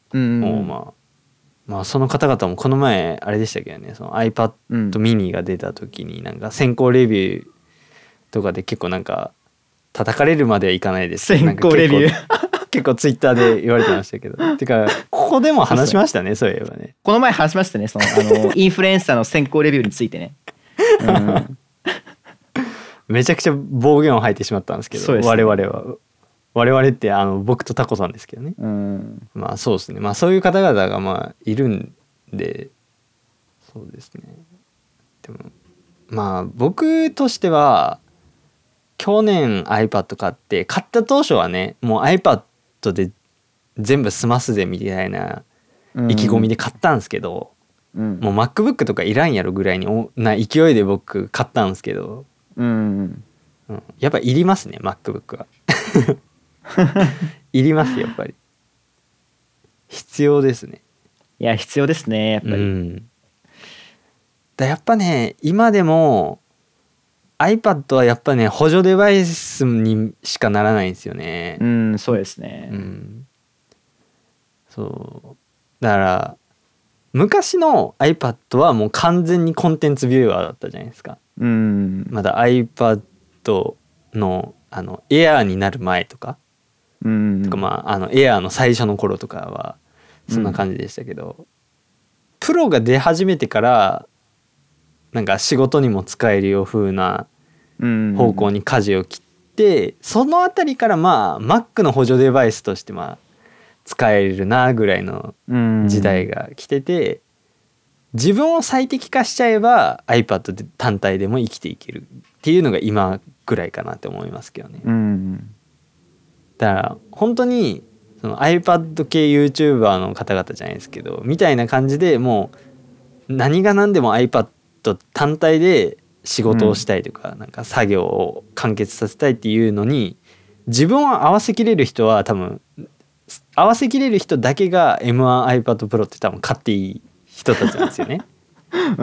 うん、もうまあまあその方々もこの前あれでしたけどね、その iPad mini が出た時になんか先行レビューとかで結構なんか叩かれるまではいかないです先行レビュー結構ツイッターで言われてましたけどてかここでも話しましたね。そういえばねこの前話しましたね、そのあのインフルエンサーの先行レビューについてね、うん、 めちゃくちゃ暴言を吐いてしまったんですけど、ね、我々は我々ってあの僕とタコさんですけどね、うん、まあそうですね、まあそういう方々がまあいるんで、そうですね。でもまあ僕としては去年 iPad 買って買った当初はねもう iPad で全部済ますぜみたいな意気込みで買ったんですけど、うん、もう MacBook とかいらんやろぐらいにな勢いで僕買ったんですけど、うんうん、やっぱいりますね MacBook はいりますやっぱり必要ですね。 いや必要ですねやっぱり、うん、 だやっぱね今でも iPad はやっぱね補助デバイスにしかならないんですよね。 うんそうですね、うん、 そうだから昔の iPad はもう完全にコンテンツビューアーだったじゃないですか、うん、まだ iPad のあの Air になる前とか、うん、とかまああの Air の最初の頃とかはそんな感じでしたけど、うん、プロが出始めてからなんか仕事にも使えるよう風な方向に舵を切って、そのあたりからまあ Mac の補助デバイスとしてまあ使えるなぐらいの時代が来てて、自分を最適化しちゃえば iPad で単体でも生きていけるっていうのが今ぐらいかなって思いますけどね。だから本当にその iPad 系 YouTuber の方々じゃないですけどみたいな感じでもう何が何でも iPad単体で仕事をしたいとか、うん、なんか作業を完結させたいっていうのに自分を合わせきれる人は多分合わせきれる人だけが エムワン iPad Pro って多分買っていい人たちなんですよね。うん、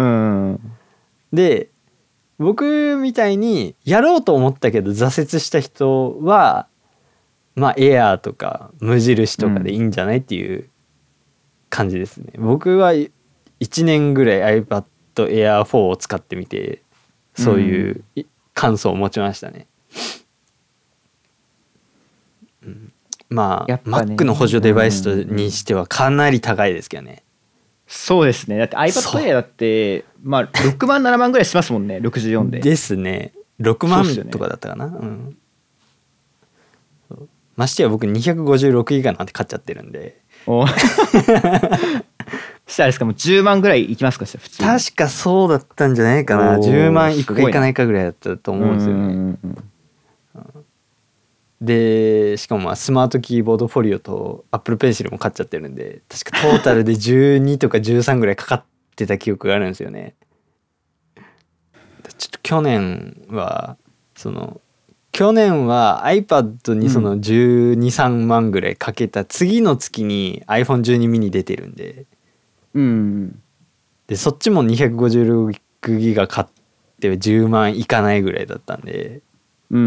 で僕みたいにやろうと思ったけど挫折した人はまあ Air とか無印とかでいいんじゃないっていう感じですね。僕はいちねんぐらい iPad Air フォーを使ってみてそういう感想を持ちましたね。うん、まあ、ね、Mac の補助デバイスにしてはかなり高いですけどね。 そうですね。だって iPad Air だってまあろくまんななまんぐらいしますもんね。ろくじゅうよんでですね。ろくまんとかだったかな、ね、うん、ましてや僕にひゃくごじゅうろくギガなんて買っちゃってるんでおしたらですかもうじゅうまんぐらいいきますか普通に。 確かそうだったんじゃないかな。じゅうまんいくかいかないかぐらいだったと思うんですよね。うんうんうんでしかもまあスマートキーボードフォリオと Apple Pencil も買っちゃってるんで確かトータルでじゅうにとかじゅうさんぐらいかかってた記憶があるんですよね。ちょっと去年はその去年は iPad にそのじゅうに、さんまんぐらいかけた次の月に アイフォンじゅうに mini 出てるんで、うん、でそっちもにひゃくごじゅうろくギガ買ってじゅうまんいかないぐらいだったんで、うん、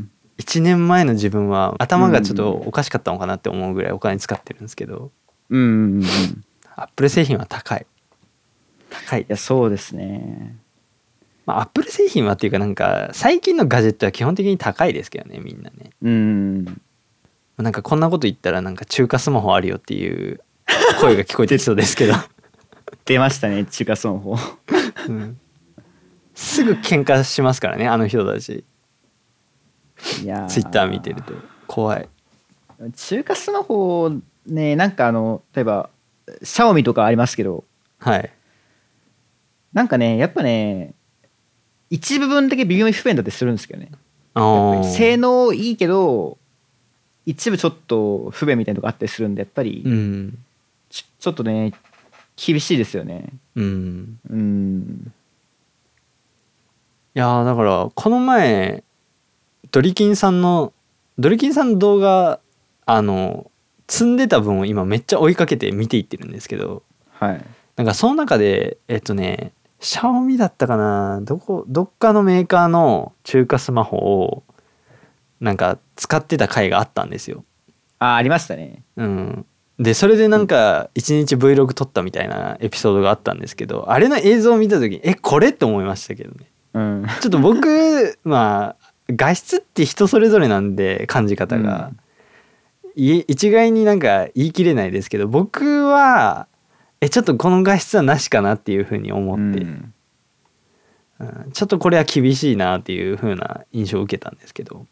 いちねんまえの自分は頭がちょっとおかしかったのかなって思うぐらいお金使ってるんですけど、うんうんうん、Apple 製品は高い高い。いやそうですね。 まあ、Apple 製品はっていうかなんか最近のガジェットは基本的に高いですけどねみんなね。うんなんかこんなこと言ったらなんか中華スマホあるよっていう声が聞こえてきそうですけど出ましたね中華スマホ、 うん、すぐ喧嘩しますからねあの人たち。いや Twitter 見てると怖い。 中華スマホねなんかあの例えばシャオミとかありますけど、はい、なんかねやっぱね一部分だけ微妙に不便だったりするんですけどね。性能いいけど一部ちょっと不便みたいなとこあったりするんでやっぱり、うん、ち, ちょっとね厳しいですよね。うん、うん、 いやだからこの前ドリキンさんのドリキンさんの動画あの積んでた分を今めっちゃ追いかけて見ていってるんですけど、はい、なんかその中でえっとねシャオミだったかなどこどっかのメーカーの中華スマホをなんか使ってた回があったんですよ。 あありましたね。 うん。 でそれでなんかいちにち Vlog 撮ったみたいなエピソードがあったんですけど、あれの映像を見た時にえこれって思いましたけどね、うん、ちょっと僕まあ画質って人それぞれなんで感じ方が、うん、一概になんか言い切れないですけど、僕はえちょっとこの画質はなしかなっていうふうに思って、うんうん、ちょっとこれは厳しいなっていうふうな印象を受けたんですけど、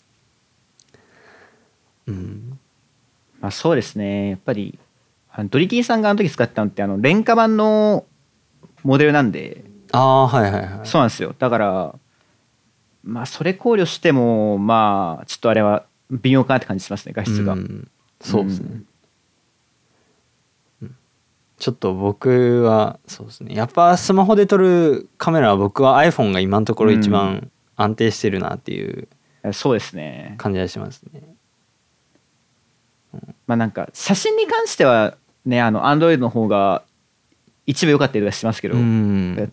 うん、まあそうですね、やっぱりあのドリキンさんがあの時使ったのってあの廉価版のモデルなんで、 ああはいはいはい、 そうなんですよ。だからまあそれ考慮してもまあちょっとあれは微妙かなって感じしますね、画質が。うん、 そうですね、うん、ちょっと僕はそうですね、やっぱスマホで撮るカメラは僕は iPhone が今のところ一番安定してるなっていう、 うん、そうですね感じがしますね。 うん、まあなんか写真に関してはね、あの Android の方が一部良かったりはしますけど、うん、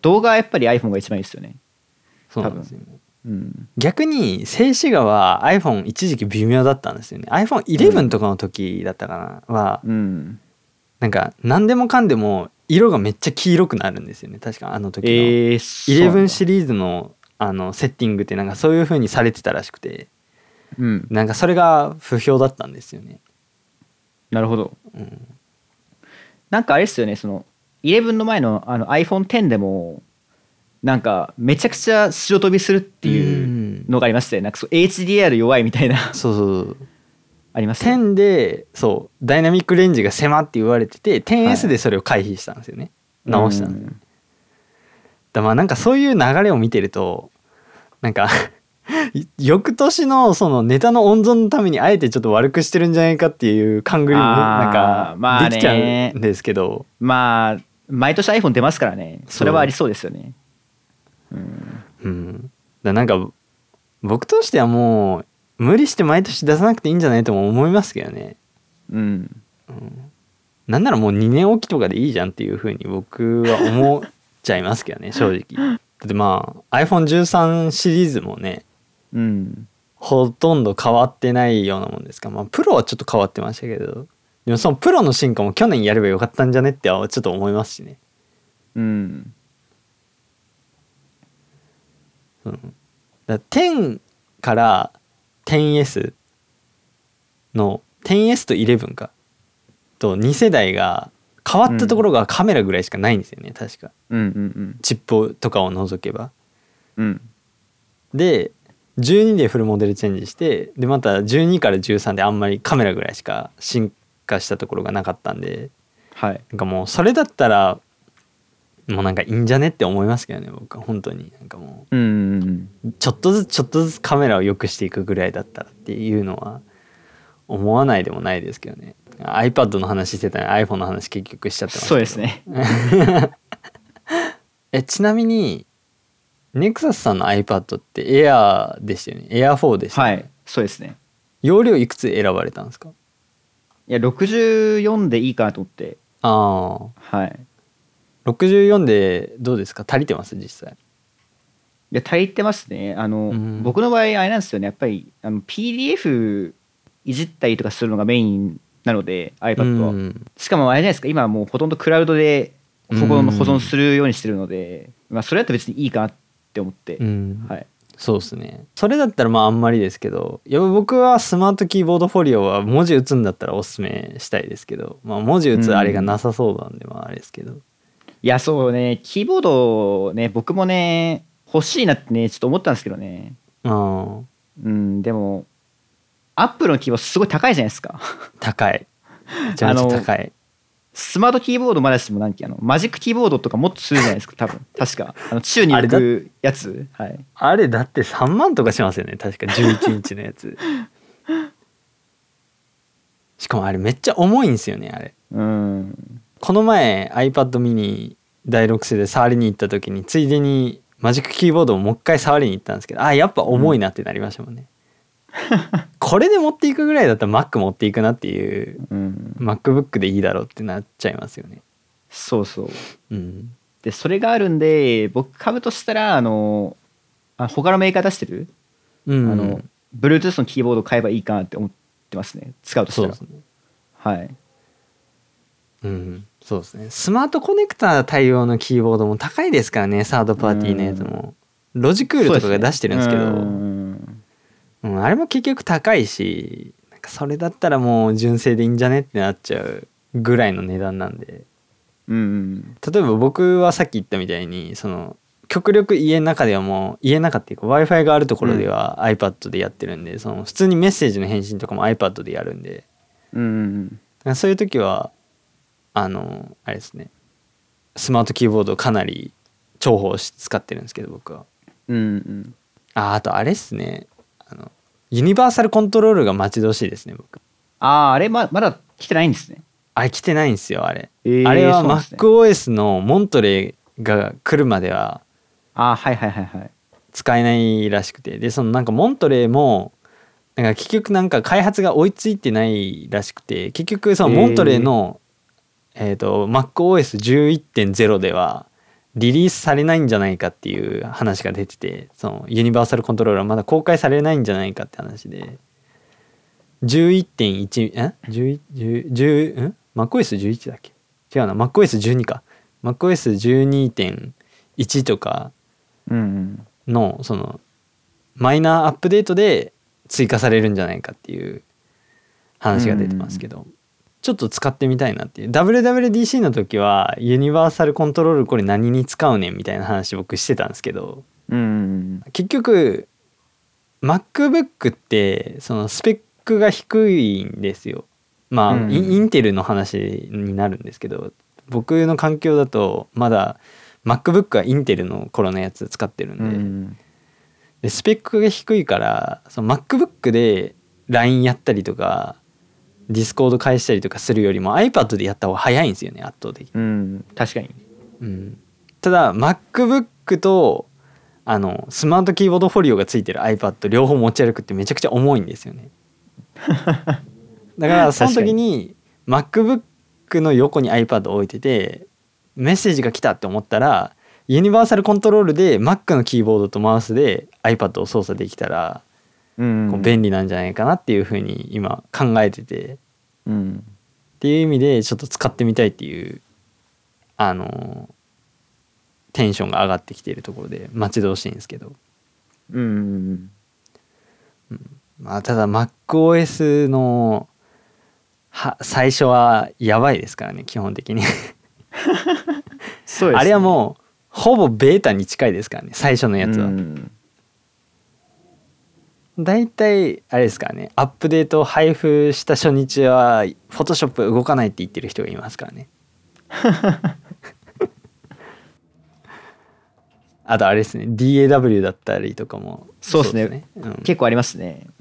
動画はやっぱり iPhone が一番いいですよね。 そうなんですよね。うん、逆に静止画は iPhone 一時期微妙だったんですよね。 アイフォンイレブン とかの時だったかなは、うん、なんか何でもかんでも色がめっちゃ黄色くなるんですよね確かあの時の、えー、イレブンシリーズのあのセッティングってなんかそういう風にされてたらしくて、うん、なんかそれが不評だったんですよね。 なるほど、うん、なんかあれですよね、そのイレブンの前の、 あの アイフォンテン でもなんかめちゃくちゃ白飛びするっていうのがありまして、なんかそう エイチディーアール 弱いみたいなそうそうありますね。テンでそうダイナミックレンジが狭って言われてて テンエス でそれを回避したんですよね、はい、直したんです、だまあなんかそういう流れを見てるとなんか翌年のそのネタの温存のためにあえてちょっと悪くしてるんじゃないかっていう勘繰りもなんかできちゃうんですけど、 まあ、まあ、毎年 iPhone 出ますからね、それはありそうですよね。うん、 うん、だなんか僕としてはもう無理して毎年出さなくていいんじゃないとも思いますけどね、うんうん、なんならもうにねんおきとかでいいじゃんっていう風に僕は思っちゃいますけどね正直。だってまあ アイフォンじゅうさん シリーズもね、うん、ほとんど変わってないようなもんですか。まあプロはちょっと変わってましたけど、でもそのプロの進化も去年やればよかったんじゃねってはちょっと思いますしね。うんうん、だテンから テンエス の テンエス とイレブンかとに世代が変わったところがカメラぐらいしかないんですよね確か、うんうんうん、チップとかを除けば、うん、でじゅうにでフルモデルチェンジしてでまたじゅうにからじゅうさんであんまりカメラぐらいしか進化したところがなかったんで、はい、なんかもうそれだったらもうなんかいいんじゃねって思いますけどね僕は本当になんかもう、うんうんうん、ちょっとずつちょっとずつカメラを良くしていくぐらいだったらっていうのは思わないでもないですけどね。 iPad の話してたのに iPhone の話結局しちゃってますけど。 そうですねえちなみにネクサスさんの iPad って Air でしたよね。 エアフォー でしたよね。 はいそうですね。 容量いくつ選ばれたんですか？ いやろくじゅうよんでいいかなと思って。ああはいろくじゅうよんでどうですか？足りてます実際？ いや足りてますね。あの、うん、僕の場合あれなんですよね、やっぱりあの ピーディーエフ いじったりとかするのがメインなので iPad は、うん、しかもあれじゃないですか、今はもうほとんどクラウドで保存、保存するようにしてるので、まあ、それだと別にいいかなって思って、うんはい、 そうですね。それだったらまああんまりですけど、いや僕はスマートキーボードフォリオは文字打つんだったらおすすめしたいですけど、まあ、文字打つあれがなさそうなんでまああれですけど、うん、 いやそうね、キーボードね僕もね欲しいなってねちょっと思ったんですけどね。あうんでもアップルのキーボードすごい高いじゃないですか。 高い。めちゃめちゃ高い。 スマートキーボードまだしもなんかあのマジックキーボードとかもっとするじゃないですか多分確かあの宙に浮くやつ、はい、 あれだってさんまんとかしますよね確かじゅういちインチのやつ。しかもあれめっちゃ重いんですよねあれ。うんこの前 iPad mini だいろく世で触りに行った時についでにマジックキーボードをもう一回触りに行ったんですけど、あやっぱ重いなってなりましたもんね。これで持っていくぐらいだったら Mac 持っていくなっていう、うん、MacBook でいいだろうってなっちゃいますよね。 そうそう、うん、でそれがあるんで僕買うとしたらあのあ他のメーカー出してる、うん、あの Bluetooth のキーボード買えばいいかなって思ってますね使うとしたら。そうですね、はい。 うん、そうですね。スマートコネクタ対応のキーボードも高いですからね、サードパーティーのやつも。ロジクールとかが出してるんですけど、う、ね、うん、あれも結局高いし、なんかそれだったらもう純正でいいんじゃねってなっちゃうぐらいの値段なんで、うん、例えば僕はさっき言ったみたいにその極力家の中ではもう家の中っていうか Wi-Fi があるところでは iPad でやってるんで、うん、その普通にメッセージの返信とかも iPad でやるんで、うんうん、そういう時はあのあれですね、スマートキーボードをかなり重宝し使ってるんですけど僕は、うんうん、あ, あとあれっすね、あのユニバーサルコントロールが待ち遠しいですね僕。 ああ、あれ ま, まだ来てないんですね。 あれ来てないんですよあれ、えー、あれは MacOS のモントレーが来るまではあ、はいはいはいはい、 使えないらしくて、でそのなんかモントレーもなんか結局なんか開発が追いついてないらしくて、結局そのモントレーの、えー、えーと MacOS じゅういってんゼロ ではリリースされないんじゃないかっていう話が出てて、そのユニバーサルコントローラーまだ公開されないんじゃないかって話で、 じゅういってんいち え10 10 10ん MacOS じゅういちだっけ、違うな MacOS じゅうにか MacOS じゅうにてんいち とかのそのマイナーアップデートで追加されるんじゃないかっていう話が出てますけど、ちょっと使ってみたいなっていう。 ダブリューダブリューディーシー の時はユニバーサルコントロールこれ何に使うねんみたいな話僕してたんですけど、結局 MacBook ってそのスペックが低いんですよ。まあ、うん、インテルの話になるんですけど、僕の環境だとまだ MacBook はインテルの頃のやつ使ってるんで、うん、でスペックが低いからその MacBook で ライン やったりとか Discord 返したりとかするよりも iPad でやった方が早いんですよね、圧倒的に。 うん、確かに、 うん、ただ MacBook とあのスマートキーボードフォリオがついてる iPad 両方持ち歩くってめちゃくちゃ重いんですよね。だからその時に MacBook の横に iPad 置いててメッセージが来たって思ったらユニバーサルコントロールで Mac のキーボードとマウスで iPad を操作できたら、うん、こう便利なんじゃないかなっていうふうに今考えてて、うん、っていう意味でちょっと使ってみたいっていうあのテンションが上がってきているところで待ち遠しいんですけど、うんうんうん、まあただ MacOS のは最初はやばいですからね基本的にそうですね、あれはもうほぼベータに近いですからね最初のやつは。だいたいあれですからね、アップデートを配布した初日は Photoshop 動かないって言ってる人がいますからねあとあれですね ディーエーダブリュー だったりとかもそうですね、そうですね、うん、結構ありますね、うん、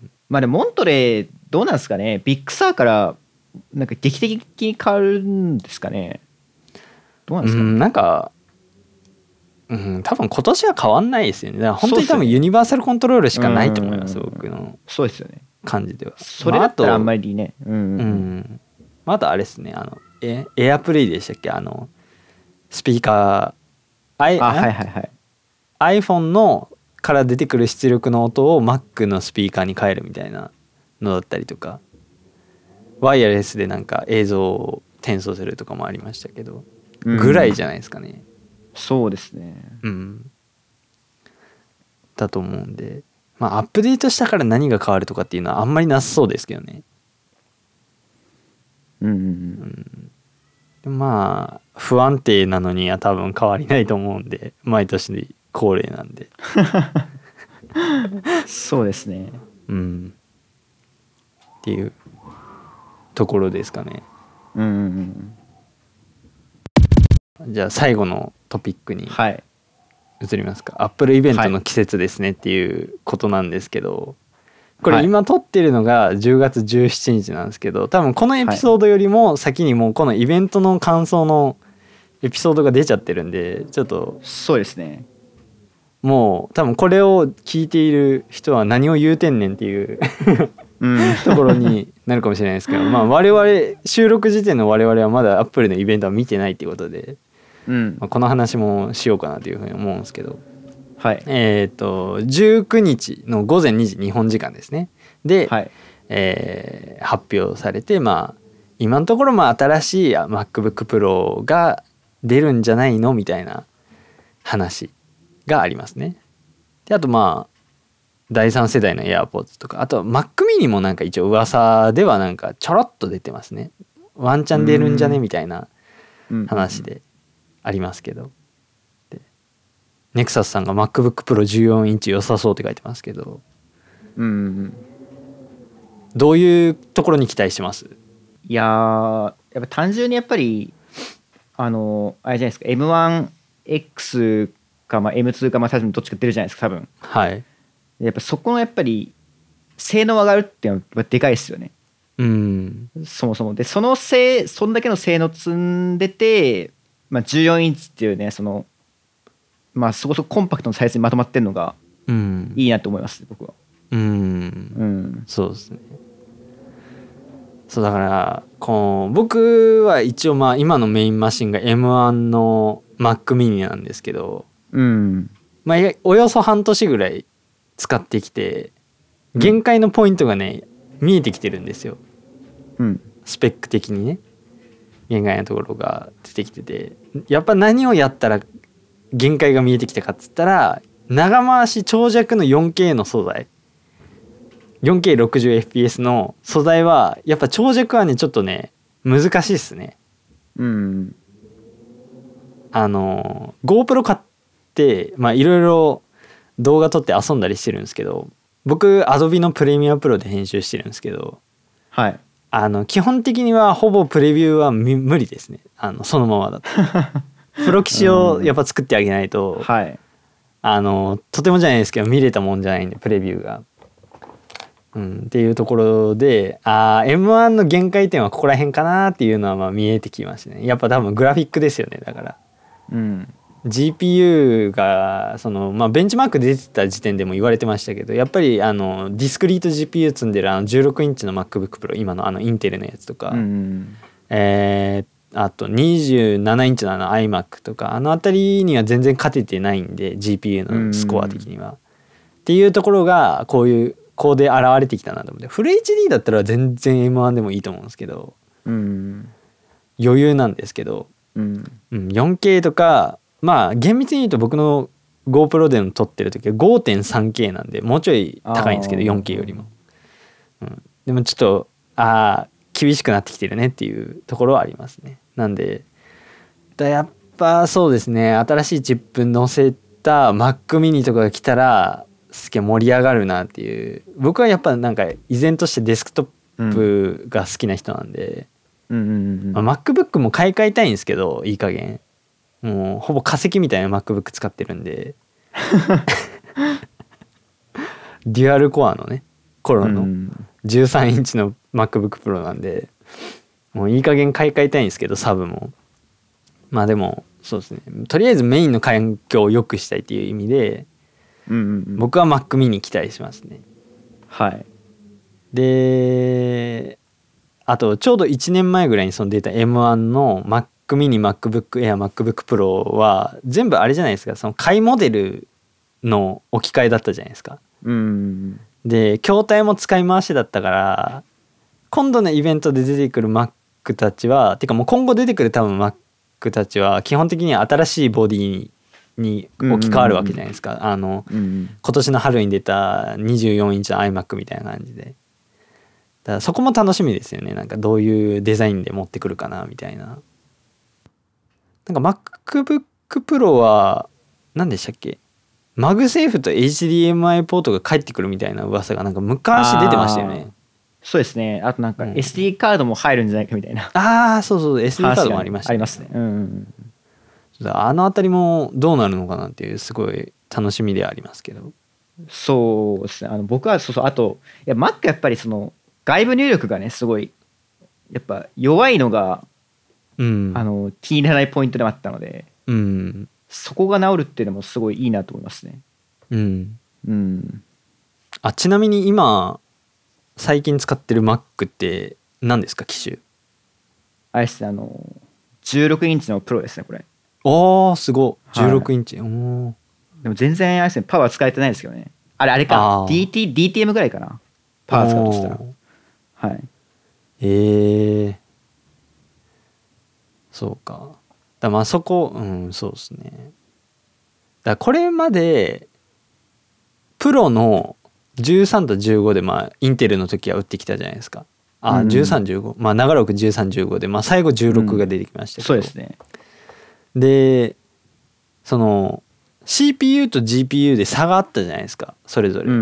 まあでもモントレーどうなんですかね、ビッグサーからなんか劇的に変わるんですかね、どうなんですかね、 うん、なんか、うん、多分今年は変わんないですよね。だから本当に多分ユニバーサルコントロールしかないと思います、僕のそうですよね感じでは。 それだったらあんまりね、うんうんうん、 あとあれですね、あのエエアプレイでしたっけ、あのスピーカー、I、あ、はいはいはい、iPhone のから出てくる出力の音を Mac のスピーカーに変えるみたいなのだったりとか、ワイヤレスでなんか映像を転送するとかもありましたけど、ぐらいじゃないですかね、うん、 そうですね、うん、 だと思うんで、まあアップデートしたから何が変わるとかっていうのはあんまりなさそうですけどね。うんうんうん、でまあ不安定なのには多分変わりないと思うんで、毎年恒例なんでそうですね、 うん、っていうところですかね。うんうんうん、じゃあ最後のトピックに移りますか、はい、アップルイベントの季節ですねっていうことなんですけど、これ今撮ってるのがじゅうがつじゅうしちにちなんですけど、多分このエピソードよりも先にもうこのイベントの感想のエピソードが出ちゃってるんで、ちょっとそうですね、 もう多分これを聞いている人は何を言うてんねんっていううん、ところになるかもしれないですけど、まあ我々収録時点の我々はまだアップルのイベントは見てないっていうことで、うんまあ、この話もしようかなというふうに思うんですけど、はい、えっとじゅうくにちのごぜんにじ日本時間ですねで、はいえー、発表されて、まあ今のところまあ新しい MacBook Pro が出るんじゃないのみたいな話がありますね。であとまあだいさん世代の AirPods とか、あと Mac mini もなんか一応噂ではなんかちょろっと出てますね。ワンチャン出るんじゃねみたいな話でありますけど、でネクサスさんが MacBook Pro じゅうよんインチ良さそうって書いてますけど、 うん、 どういうところに期待します？ いやーやっぱ単純にやっぱりあのあれじゃないですか エムワンエックス か、まあ、エムツー か、まあ、多分どっちか出るじゃないですか多分。 はい。 やっぱそこのやっぱり性能上がるっていうのはでかいですよね。 うん。 そもそもでそのせいそんだけの性能積んでて、まあ、じゅうよんインチっていうねそのまあそこそこコンパクトのサイズにまとまってるのがいいなと思います、うん、僕は。 うん、うん、そうですね。そうだからこう僕は一応まあ今のメインマシンが エムワン の Mac mini なんですけど、 うん、 まあおよそ半年ぐらい使ってきて限界のポイントがね見えてきてるんですよ、 うん、 スペック的にね限界のところが出てきてて、やっぱ何をやったら限界が見えてきたかっつったら長回し長尺の よんケー の素材 よんケーろくじゅうエフピーエス の素材はやっぱ長尺はねちょっとね難しいっすね。 うん、 あの GoPro 買ってまあいろいろ動画撮って遊んだりしてるんですけど、僕 Adobe のプレミアプロで編集してるんですけど、 はい、 あの基本的にはほぼプレビューは無理ですね。あのそのままだとプロ機種をやっぱ作ってあげないと、 うん、はい、 あのとてもじゃないですけど見れたもんじゃないんでプレビューが、うん、っていうところであ エムワン の限界点はここら辺かなっていうのはまあ見えてきましたね。やっぱ多分グラフィックですよね。だから、 うん、 ジーピーユー がその、まあ、ベンチマーク出てた時点でも言われてましたけど、やっぱりあのディスクリート ジーピーユー 積んでるあのじゅうろくインチの MacBook Pro 今のあのインテルのやつとか、 うん、 えー、あとにじゅうななインチのあの iMac とかあの辺りには全然勝ててないんで ジーピーユー のスコア的には、っていうところがこういうこうで現れてきたなと思って、フル エイチディー だったら全然 エムワン でもいいと思うんですけど、 うん、 余裕なんですけど、 うんうん、よんケー とかまあ厳密に言うと僕の GoPro での撮ってる時は ごてんさんケー なんでもうちょい高いんですけど よんケー よりも、うん、でもちょっとあ厳しくなってきてるねっていうところはありますね。なんでだやっぱそうですね、新しいチップ乗せた Mac mini とかが来たらすげえ盛り上がるなっていう。僕はやっぱなんか依然としてデスクトップが好きな人なんで、 うんうんうんうん、 まあ、MacBook も買い替えたいんですけどいい加減もうほぼ化石みたいな MacBook 使ってるんでデュアルコアのね頃のじゅうさんインチの MacBook Pro なんでもういい加減買い替えたいんですけどサブもまあでもそうですね、とりあえずメインの環境を良くしたいっていう意味で、 うんうんうん、 僕は Mac mini 期待しますね。 はい。 であとちょうどいちねんまえぐらいにその出た エムワン の Mac mini、MacBook Air、MacBook Pro は全部あれじゃないですか、その買いモデルの置き換えだったじゃないですか。 うん、 で筐体も使い回しだったから今度のイベントで出てくる Mac たちはてかもう今後出てくる多分 Mac たちは基本的には新しいボディに置き換わるわけじゃないですか、うんうんうん、あの、うんうん、今年の春に出たにじゅうよんインチの iMac みたいな感じで、だからそこも楽しみですよね。なんかどういうデザインで持ってくるかなみたいな。なんか MacBook Pro は何でしたっけ、マグセーフと エイチディーエムアイ ポートが返ってくるみたいな噂がなんか昔出てましたよね。 そうですね。あとなんか エスディー カードも入るんじゃないかみたいな、うん、 ああそうそう エスディー カードもありましたね。 ありますね、うん、 あのあたりもどうなるのかなっていうすごい楽しみではありますけど。 そうですね、あの僕はそうそうあといや Mac やっぱりその外部入力がねすごいやっぱ弱いのが、うん、あの気に入らないポイントでもあったので、うん、そこが治るっていうのもすごいいいなと思いますね。うんうん、あちなみに今最近使ってる Mac って何ですか機種？ あれですね、あのじゅうろくインチのプロですねこれ。 ああすごいじゅうろくインチ、はい、おでも全然あれですねパワー使えてないですけどね。あれあれか ディーティー、ディーティーエム ぐらいかなパワー使うとしたら。はい。 えー、 そうか。だまあそこうんそうですね。だこれまでプロのじゅうさんとじゅうごでまあインテルの時は打ってきたじゃないですか。あ、うん、じゅうさん、じゅうご、まあ長らくじゅうさん、じゅうごでまあ最後じゅうろくが出てきましたけど、 うん、そうですね。 でその シーピーユー と ジーピーユー で差があったじゃないですかそれぞれ。うん、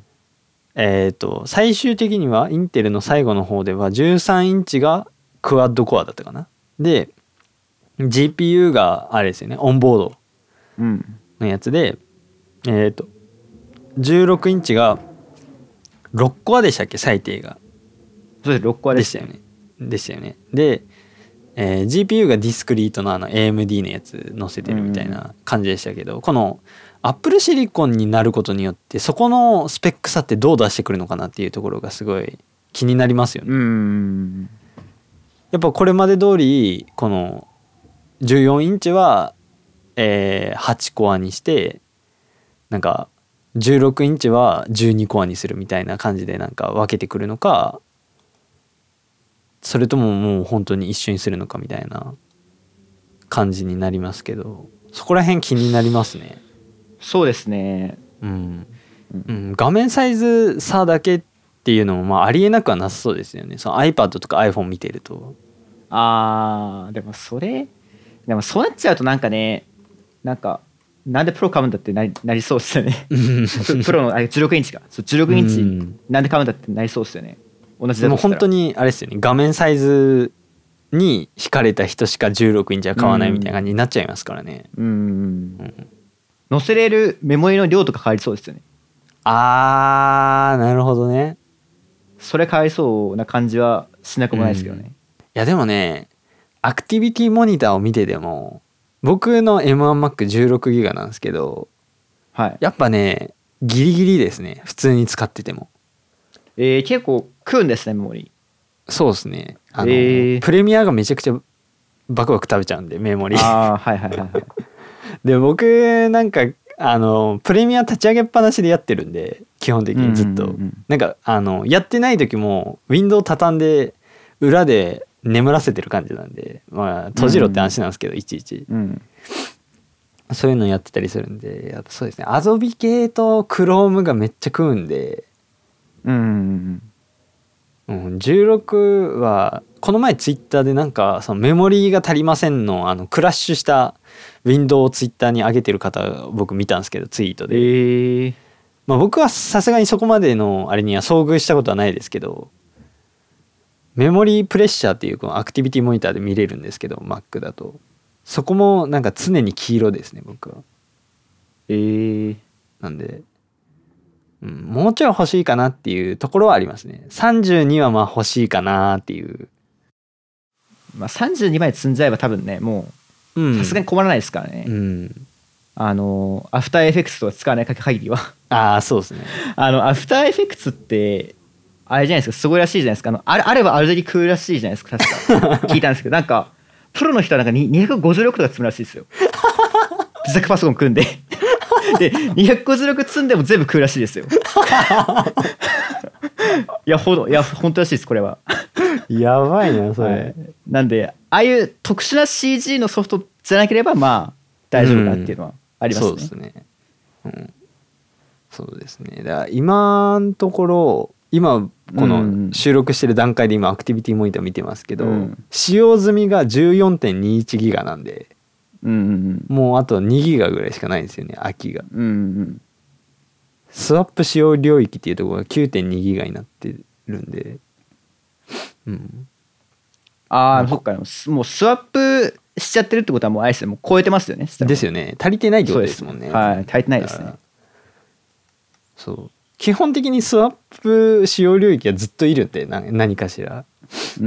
えっと最終的にはインテルの最後の方ではじゅうさんインチがクワッドコアだったかな。で ジーピーユー があれですよね、オンボードのやつで、うん、えっとじゅうろくインチがろっコアでしたっけ最低が。 そうですろっコアでしたよね。でしたよね。で、えー、ジーピーユー がディスクリートのあの エーエムディー のやつ載せてるみたいな感じでしたけど、うん、このアップルシリコンになることによってそこのスペック差ってどう出してくるのかなっていうところがすごい気になりますよね。うん、やっぱこれまで通りこのじゅうよんインチは、えー、はちコアにしてなんかじゅうろくインチはじゅうにコアにするみたいな感じでなんか分けてくるのか、それとももう本当に一緒にするのかみたいな感じになりますけど、そこら辺気になりますね。 そうですね。 うん、うん、画面サイズ差だけっていうのもまあありえなくはなさそうですよね。その iPad とか iPhone 見てると。 あーでもそれでもそうなっちゃうとなんかね、なんかなんでプロ買うんだってな り, なりそうですよねプロのあれじゅうろくインチか、そうじゅうろくインチなんで買うんだってなりそうですよね。同じだとしたら。でも本当にあれですよね、画面サイズに惹かれた人しかじゅうろくインチは買わないみたいな感じになっちゃいますからね。うん、うん、 載せれるメモリの量とか変わりそうですよね。 あーなるほどね。 それ変わりそうな感じはしなくもないですけどね。うん、いやでもね、アクティビティモニターを見てても僕の エムワンマックじゅうろくギガなんですけど、はい、やっぱねギリギリですね普通に使ってても。 えー、結構食うんですねメモリ。 そうですね。あの、えー、プレミアがめちゃくちゃバクバク食べちゃうんでメモリ。 ああはいはいはいはい。 で僕なんかあのプレミア立ち上げっぱなしでやってるんで基本的にずっと、うんうんうん、なんかあのやってない時もウィンドウ畳んで裏で眠らせてる感じなんで、まあ閉じろって話なんですけど、うん、いちいち、うん、そういうのやってたりするんで、あとそうですね、アドビ系とクロームがめっちゃ食うんで、うん、うん、じゅうろくはこの前ツイッターでなんかそのメモリーが足りませんのあのクラッシュしたウィンドウをツイッターに上げてる方僕見たんですけどツイートで、えーまあ、僕はさすがにそこまでのあれには遭遇したことはないですけど、メモリープレッシャーっていうこのアクティビティモニターで見れるんですけど Mac だとそこもなんか常に黄色ですね僕は。えー、なんで、うん、もうちょい欲しいかなっていうところはありますね。さんじゅうにはまあ欲しいかなっていう。 まあさんじゅうにまで積んじゃえば多分ねもうさすがに困らないですからね。うん、あのアフターエフェクツとか使わない限りはああそうですね。 あのアフターエフェクツってあれじゃないですか、すごいらしいじゃないですか。あのあれあればあれだけ食うらしいじゃないですか確か聞いたんですけど、なんかプロの人はなんかにひゃくごじゅうろくとか積むらしいですよ自作パソコン組んででにひゃくごじゅうろく積んでも全部食うらしいですよいやほどいや本当らしいですこれはやばいなそれ、はい、 なんでああいう特殊な シージー のソフトじゃなければまあ大丈夫かっていうのはありますね、うん、そうですね、 うん、そうですね。だから今のところ今この収録してる段階で今アクティビティモニター見てますけど、うん、使用済みが じゅうよんてんにいち ギガなんで、うんうんうん、もうあとにギガぐらいしかないんですよね空きが、うんうん、スワップ使用領域っていうところが きゅうてんに ギガになってるんで、 うん、ああそっか、もうスワップしちゃってるってことはもうあれですね、もう超えてますよね。 ですよね、足りてないってことですもんね。 はい、足りてないですね。 そう基本的にスワップ使用領域はずっといるんで何かしら、うん、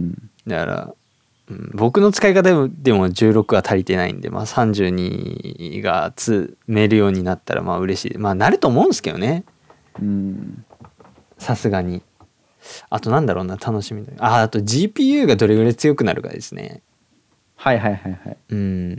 だから、うん、僕の使い方でもじゅうろくは足りてないんで、まあ、さんじゅうにが積めるようになったらまあ嬉しい、まあなると思うんですけどね、さすがに。あとなんだろうな楽しみだ、ああと ジーピーユー がどれぐらい強くなるかですね。 はいはいはいはい。 うん、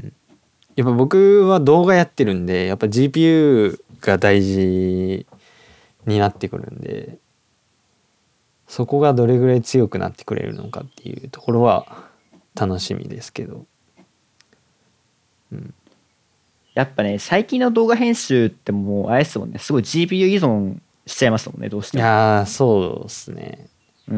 やっぱ僕は動画やってるんでやっぱ ジーピーユー が大事になってくるんで、そこがどれぐらい強くなってくれるのかっていうところは楽しみですけど、 うん、やっぱね最近の動画編集ってもうあれですもんね、すごい ジーピーユー 依存しちゃいますもんね、どうしても。 いやそうですね、 うん、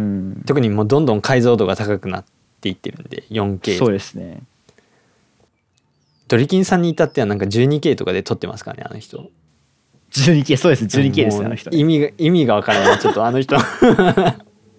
特にもうどんどん解像度が高くなっていってるんで よんケー。 そうですね。 ドリキンさんに至ってはなんか じゅうにケー とかで撮ってますからね、あの人。 じゅうにケー、そうです、じゅうにケー ですね、あの人、ね、 意味が意味がわからないちょっとあの人ちょっ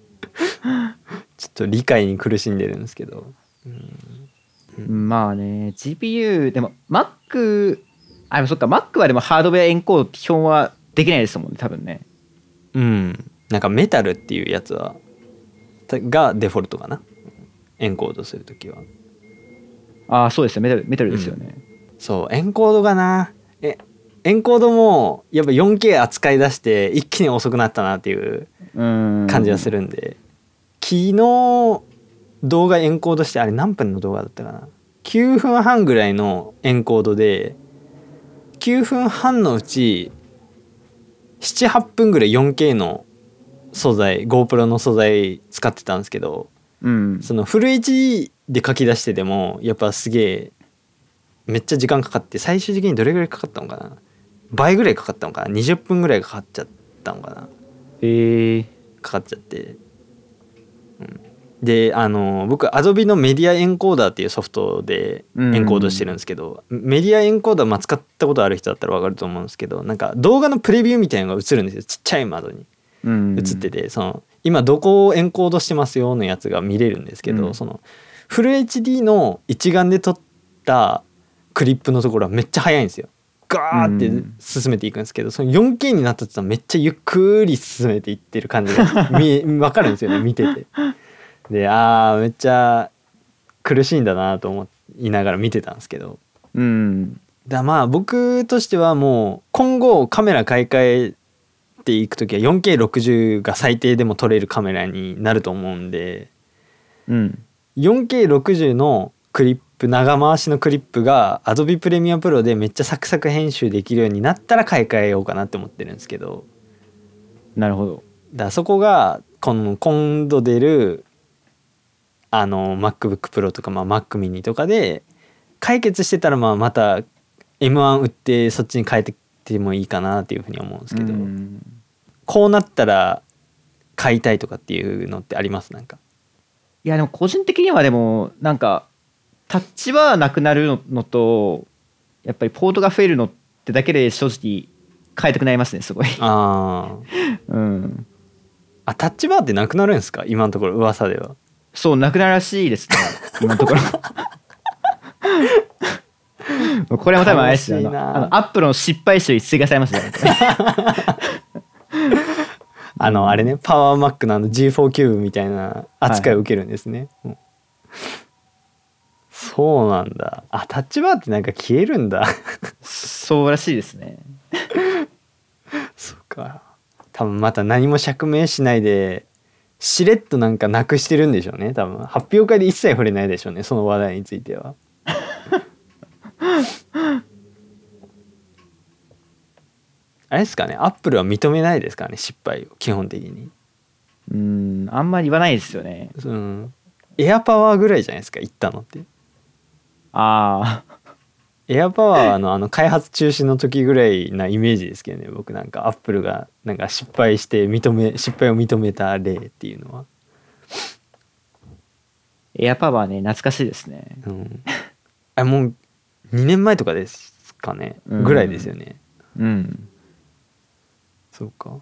と理解に苦しんでるんですけど、 うん、まあね ジーピーユー でも Mac あでもそっか Mac はでもハードウェアエンコード基本はできないですもんね多分ね。 うんなんかメタルっていうやつはがデフォルトかな、エンコードするときは。 ああそうですよ、メタルメタルですよね、 うん、そうエンコードがなえエンコードもやっぱ よんケー 扱い出して一気に遅くなったなっていう感じはするんで、昨日動画エンコードしてあれ何分の動画だったかな、きゅうふんはんぐらいのエンコードできゅうふんはんのうちななはっぷんぐらい よんケー の素材 GoPro の素材使ってたんですけど、 うん、 そのフル エイチディー で書き出してでもやっぱすげえめっちゃ時間かかって、最終的にどれぐらいかかったのかな、倍ぐらいかかったのかな、にじゅっぷんぐらいかかっちゃったのかな、 えー、 かかっちゃって、うん、であの僕 Adobe のメディアエンコーダーっていうソフトでエンコードしてるんですけど、うん、メディアエンコーダー、まあ、使ったことある人だったら分かると思うんですけど、なんか動画のプレビューみたいなのが映るんですよ、ちっちゃい窓に映ってて、その今どこをエンコードしてますよのやつが見れるんですけど、うん、そのフル エイチディー の一眼で撮ったクリップのところはめっちゃ速いんですよ、ガーって進めていくんですけど、その よんケー になったとめっちゃゆっくり進めていってる感じが見分かるんですよね見てて。であーめっちゃ苦しいんだなと思いながら見てたんですけど、 うん、 だまあ僕としてはもう今後カメラ買い替えていくときは よんケーろくじゅう が最低でも撮れるカメラになると思うんで、 うん、 よんケーろくじゅう のクリップ長回しのクリップが Adobe Premiere Pro でめっちゃサクサク編集できるようになったら買い替えようかなって思ってるんですけど、 なるほど。 だからそこがこの今度出るあの MacBook Pro とか、まあ、Mac mini とかで解決してたら、まあまた エムワン 売ってそっちに変えてってもいいかなっていうふうに思うんですけど、うんこうなったら買いたいとかっていうのってあります？なんかいやでも個人的にはでもなんかタッチはなくなるのとやっぱりポートが増えるのってだけで正直変えたくなりますねすごい。 あうん。 あタッチバーってなくなるんですか今のところ噂では。 そうなくなるらしいですね今のところこれも多分あれですよ、あのアップルの失敗集に追加されますねあのあれねパワーマックのあの ジーフォー キューブみたいな扱いを受けるんですね、はいはい、そうなんだ。あタッチバーってなんか消えるんだそうらしいですねそっか多分また何も釈明しないでしれっとなんかなくしてるんでしょうね多分。発表会で一切触れないでしょうねその話題についてはあれですかねアップルは認めないですからね失敗を基本的に。 うーんあんまり言わないですよね。 うん、エアパワーぐらいじゃないですか言ったのって。 ああエアパワーのあの開発中止の時ぐらいなイメージですけどね僕なんかアップルがなんか失敗して認め失敗を認めた例っていうのは。 エアパワーね懐かしいですね、 うん、あもうにねんまえとかですかね、うん、ぐらいですよね。 うんそうか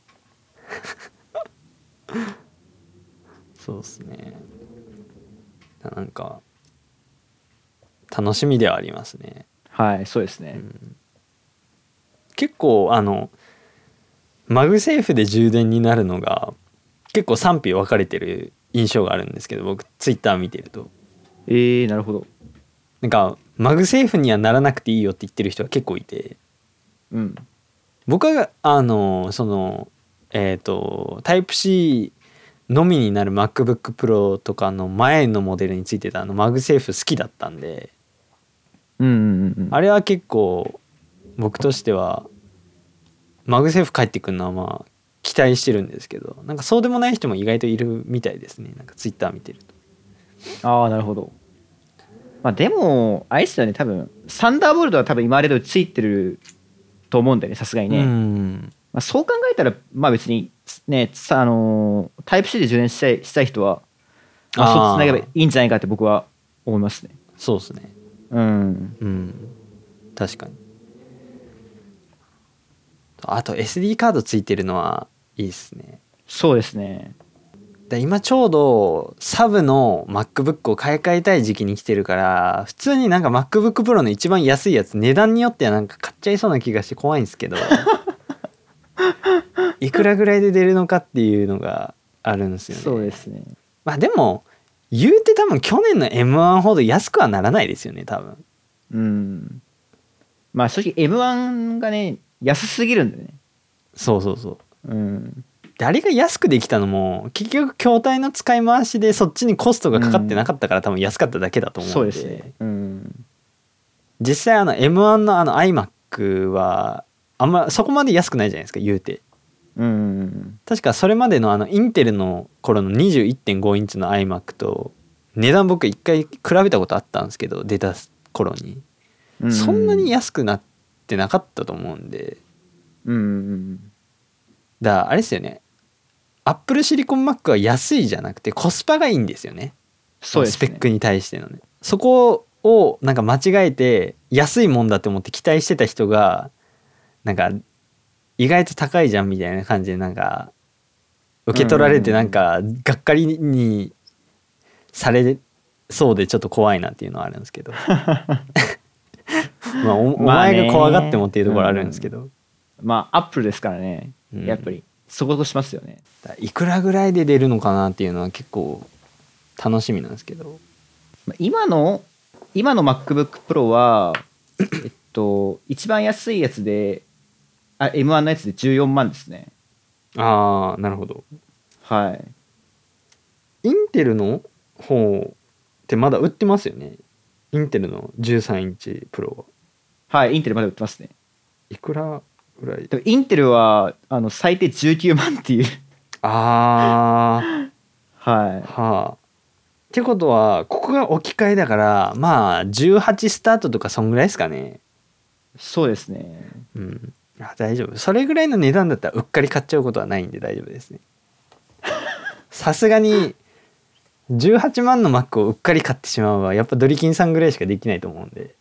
そうですねなんか楽しみではありますね。 はいそうですね、うん、 結構あのマグセーフで充電になるのが結構賛否分かれてる印象があるんですけど僕ツイッター見てるとえー、なるほど。 なんかマグセーフにはならなくていいよって言ってる人が結構いて、 うん、 僕はあのそのえっとタイプ C のみになる MacBook Pro とかの前のモデルについてたあのマグセーフ好きだったんで、 うんうんうん、 あれは結構僕としてはマグセーフ帰ってくるのはまあ期待してるんですけどなんかそうでもない人も意外といるみたいですねなんかツイッター見てると。 ああなるほど。まあでもあれですよね、多分サンダーボルトは多分今まで通りついてると思うんだよね、さすがにね。うん、まあ、そう考えたらまあ別にね、あのー、タイプ C で充電したいしたい人は、まあ、そっちつなげばいいんじゃないかって僕は思いますね。 そうですね。 うん、 うん、確かに。あと エスディー カードついてるのはいいですね。 そうですね。 で今ちょうどサブの MacBook を買い替えたい時期に来てるから、普通になんか MacBook Pro の一番安いやつ値段によってはなんか買っちゃいそうな気がして怖いんですけどいくらぐらいで出るのかっていうのがあるんですよね。 そうですね。 まあでも言うて多分去年の エムワン ほど安くはならないですよね多分。 うん。まあ正直 エムワン がね安すぎるんでね。 そうそうそう。 うん。 であれが安くできたのも結局筐体の使い回しでそっちにコストがかかってなかったから、うん、多分安かっただけだと思うんで。 そうですね。うん。 実際あの エムワン のあの iMac はあんまそこまで安くないじゃないですか言うて。 うん。 確かそれまでのあのインテルの頃の にじゅういってんご インチの iMac と値段僕一回比べたことあったんですけど出た頃に、うん、そんなに安くなってなかったと思うんで、 うん、 だからあれですよね、アップルシリコンマックは安いじゃなくてコスパがいいんですよね。 そうですね。 スペックに対してのね。そこをなんか間違えて安いもんだって思って期待してた人がなんか意外と高いじゃんみたいな感じでなんか受け取られてなんかがっかりにされそうでちょっと怖いなっていうのはあるんですけどまあ お, お前が怖がってもっていうところあるんですけど、 まあアップルですからね、やっぱりそことしますよね。 いくらぐらいで出るのかなっていうのは結構楽しみなんですけど、 今の今の MacBook Pro はえっと一番安いやつであ エムワン のやつでじゅうよんまんですね。 ああなるほど。 はい。 インテルの方ってまだ売ってますよね。インテルのじゅうさんインチプロは。はい、インテルまだ売ってますね。 いくらぐらい？ でもインテルはあの最低じゅうきゅうまんっていうああはいはあってことはここが置き換えだからまあじゅうはちスタートとかそんぐらいですかね。 そうですね。 うん、あ大丈夫。それぐらいの値段だったらうっかり買っちゃうことはないんで大丈夫ですね。さすがにじゅうはちまんの Mac をうっかり買ってしまうはやっぱドリキンさんぐらいしかできないと思うんで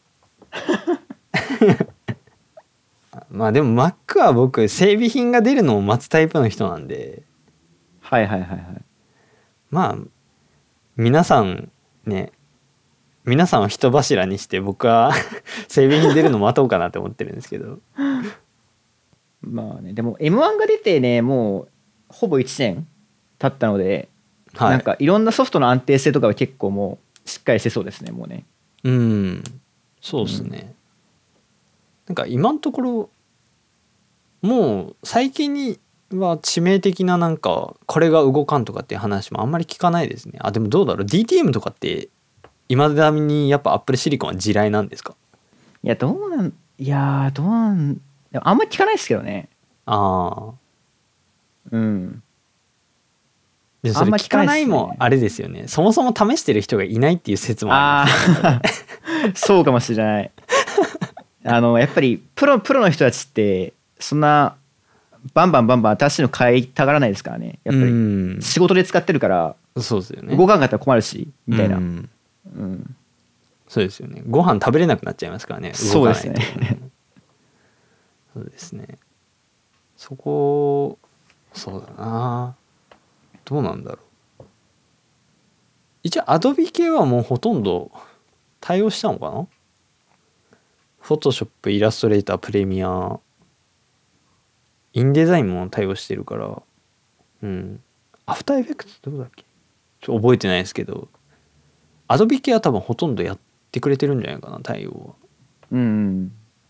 まあでも Mac は僕整備品が出るのを待つタイプの人なんで、 はいはいはいはい。 まあ皆さんね皆さんを人柱にして僕は整備品出るの待とうかなって思ってるんですけどまあねでも エムワン が出てねもうほぼいちねん経ったので、はい、なんかいろんなソフトの安定性とかは結構もうしっかりしてそうですねもうね。 うんそうですね、うん、なんか今のところもう最近には致命的ななんかこれが動かんとかっていう話もあんまり聞かないですね。あでもどうだろう ディーティーエム とかって今だにやっぱ Apple シリコンは地雷なんですか？ いやどうなんいやどうなんでもあんまり聞かないですけどね。 ああうんでそれ聞かないもあれですよね。そもそも試してる人がいないっていう説もあります、ね、あそうかもしれないあのやっぱりプロプロの人たちってそんなバンバンバンバン新しいの買いたがらないですからね。やっぱり仕事で使ってるからそうですよね。 動かんかったら困るしみたいな、 うんうん、そうですよね。ご飯食べれなくなっちゃいますからね。 そうですねそうですね。そこそうだな。どうなんだろう。一応 Adobe 系はもうほとんど対応したのかな。Photoshop、イラストレーター、プレミア、インデザインも対応してるから、うん。アフターエフェクツどうだっけ？ちょっと覚えてないですけど、Adobe 系は多分ほとんどやってくれてるんじゃないかな、対応は。 うん。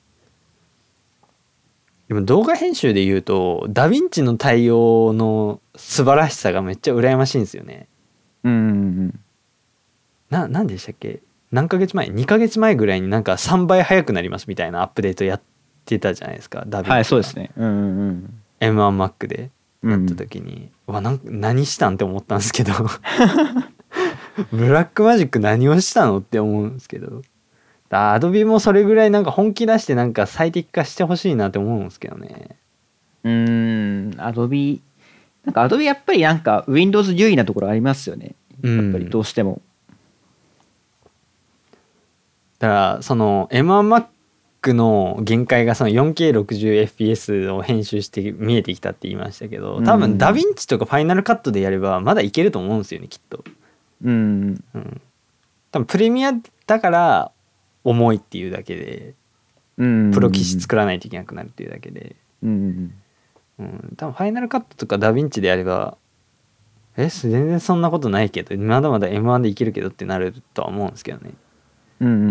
でも動画編集で言うと、ダヴィンチの対応の素晴らしさがめっちゃ羨ましいんですよね。 うん。 な、なんでしたっけ？何ヶ月前？にかげつまえぐらいになんかさんばい速くなりますみたいなアップデートやってたじゃないですか、ダヴィンチが。 はいそうですね。うんうん。 エムワン Mac でやった時に、うん、うわなん何したんって思ったんですけどブラックマジック何をしたのって思うんですけど、アドビもそれぐらいなんか本気出してなんか最適化してほしいなって思うんですけどね。 うーん、アドビなんかアドビやっぱりなんか Windows 優位なところありますよね。やっぱりどうしても。 だからその エムワン Mac の限界がその よんケーろくじゅうエフピーエス を編集して見えてきたって言いましたけど、多分ダヴィンチとかファイナルカットでやればまだいけると思うんですよねきっと。うん、うん、多分プレミアだから重いっていうだけで、うん、プロ機種作らないといけなくなるっていうだけで、うんうん、多分ファイナルカットとかダヴィンチでやればえ全然そんなことないけどまだまだ エムワン でいけるけどってなるとは思うんですけどね。うんうんうん、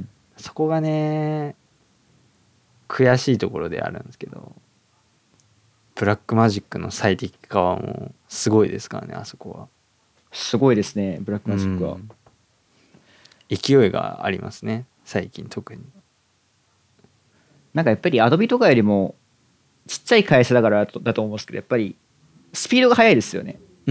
そこがね悔しいところであるんですけど、ブラックマジックの最適化はもうすごいですからね。あそこはすごいですね、ブラックマジックは、うん、 勢いがありますね最近特に。 なんかやっぱりアドビとかよりもちっちゃい会社だからだと思うんですけど、やっぱりスピードが速いですよね。うん、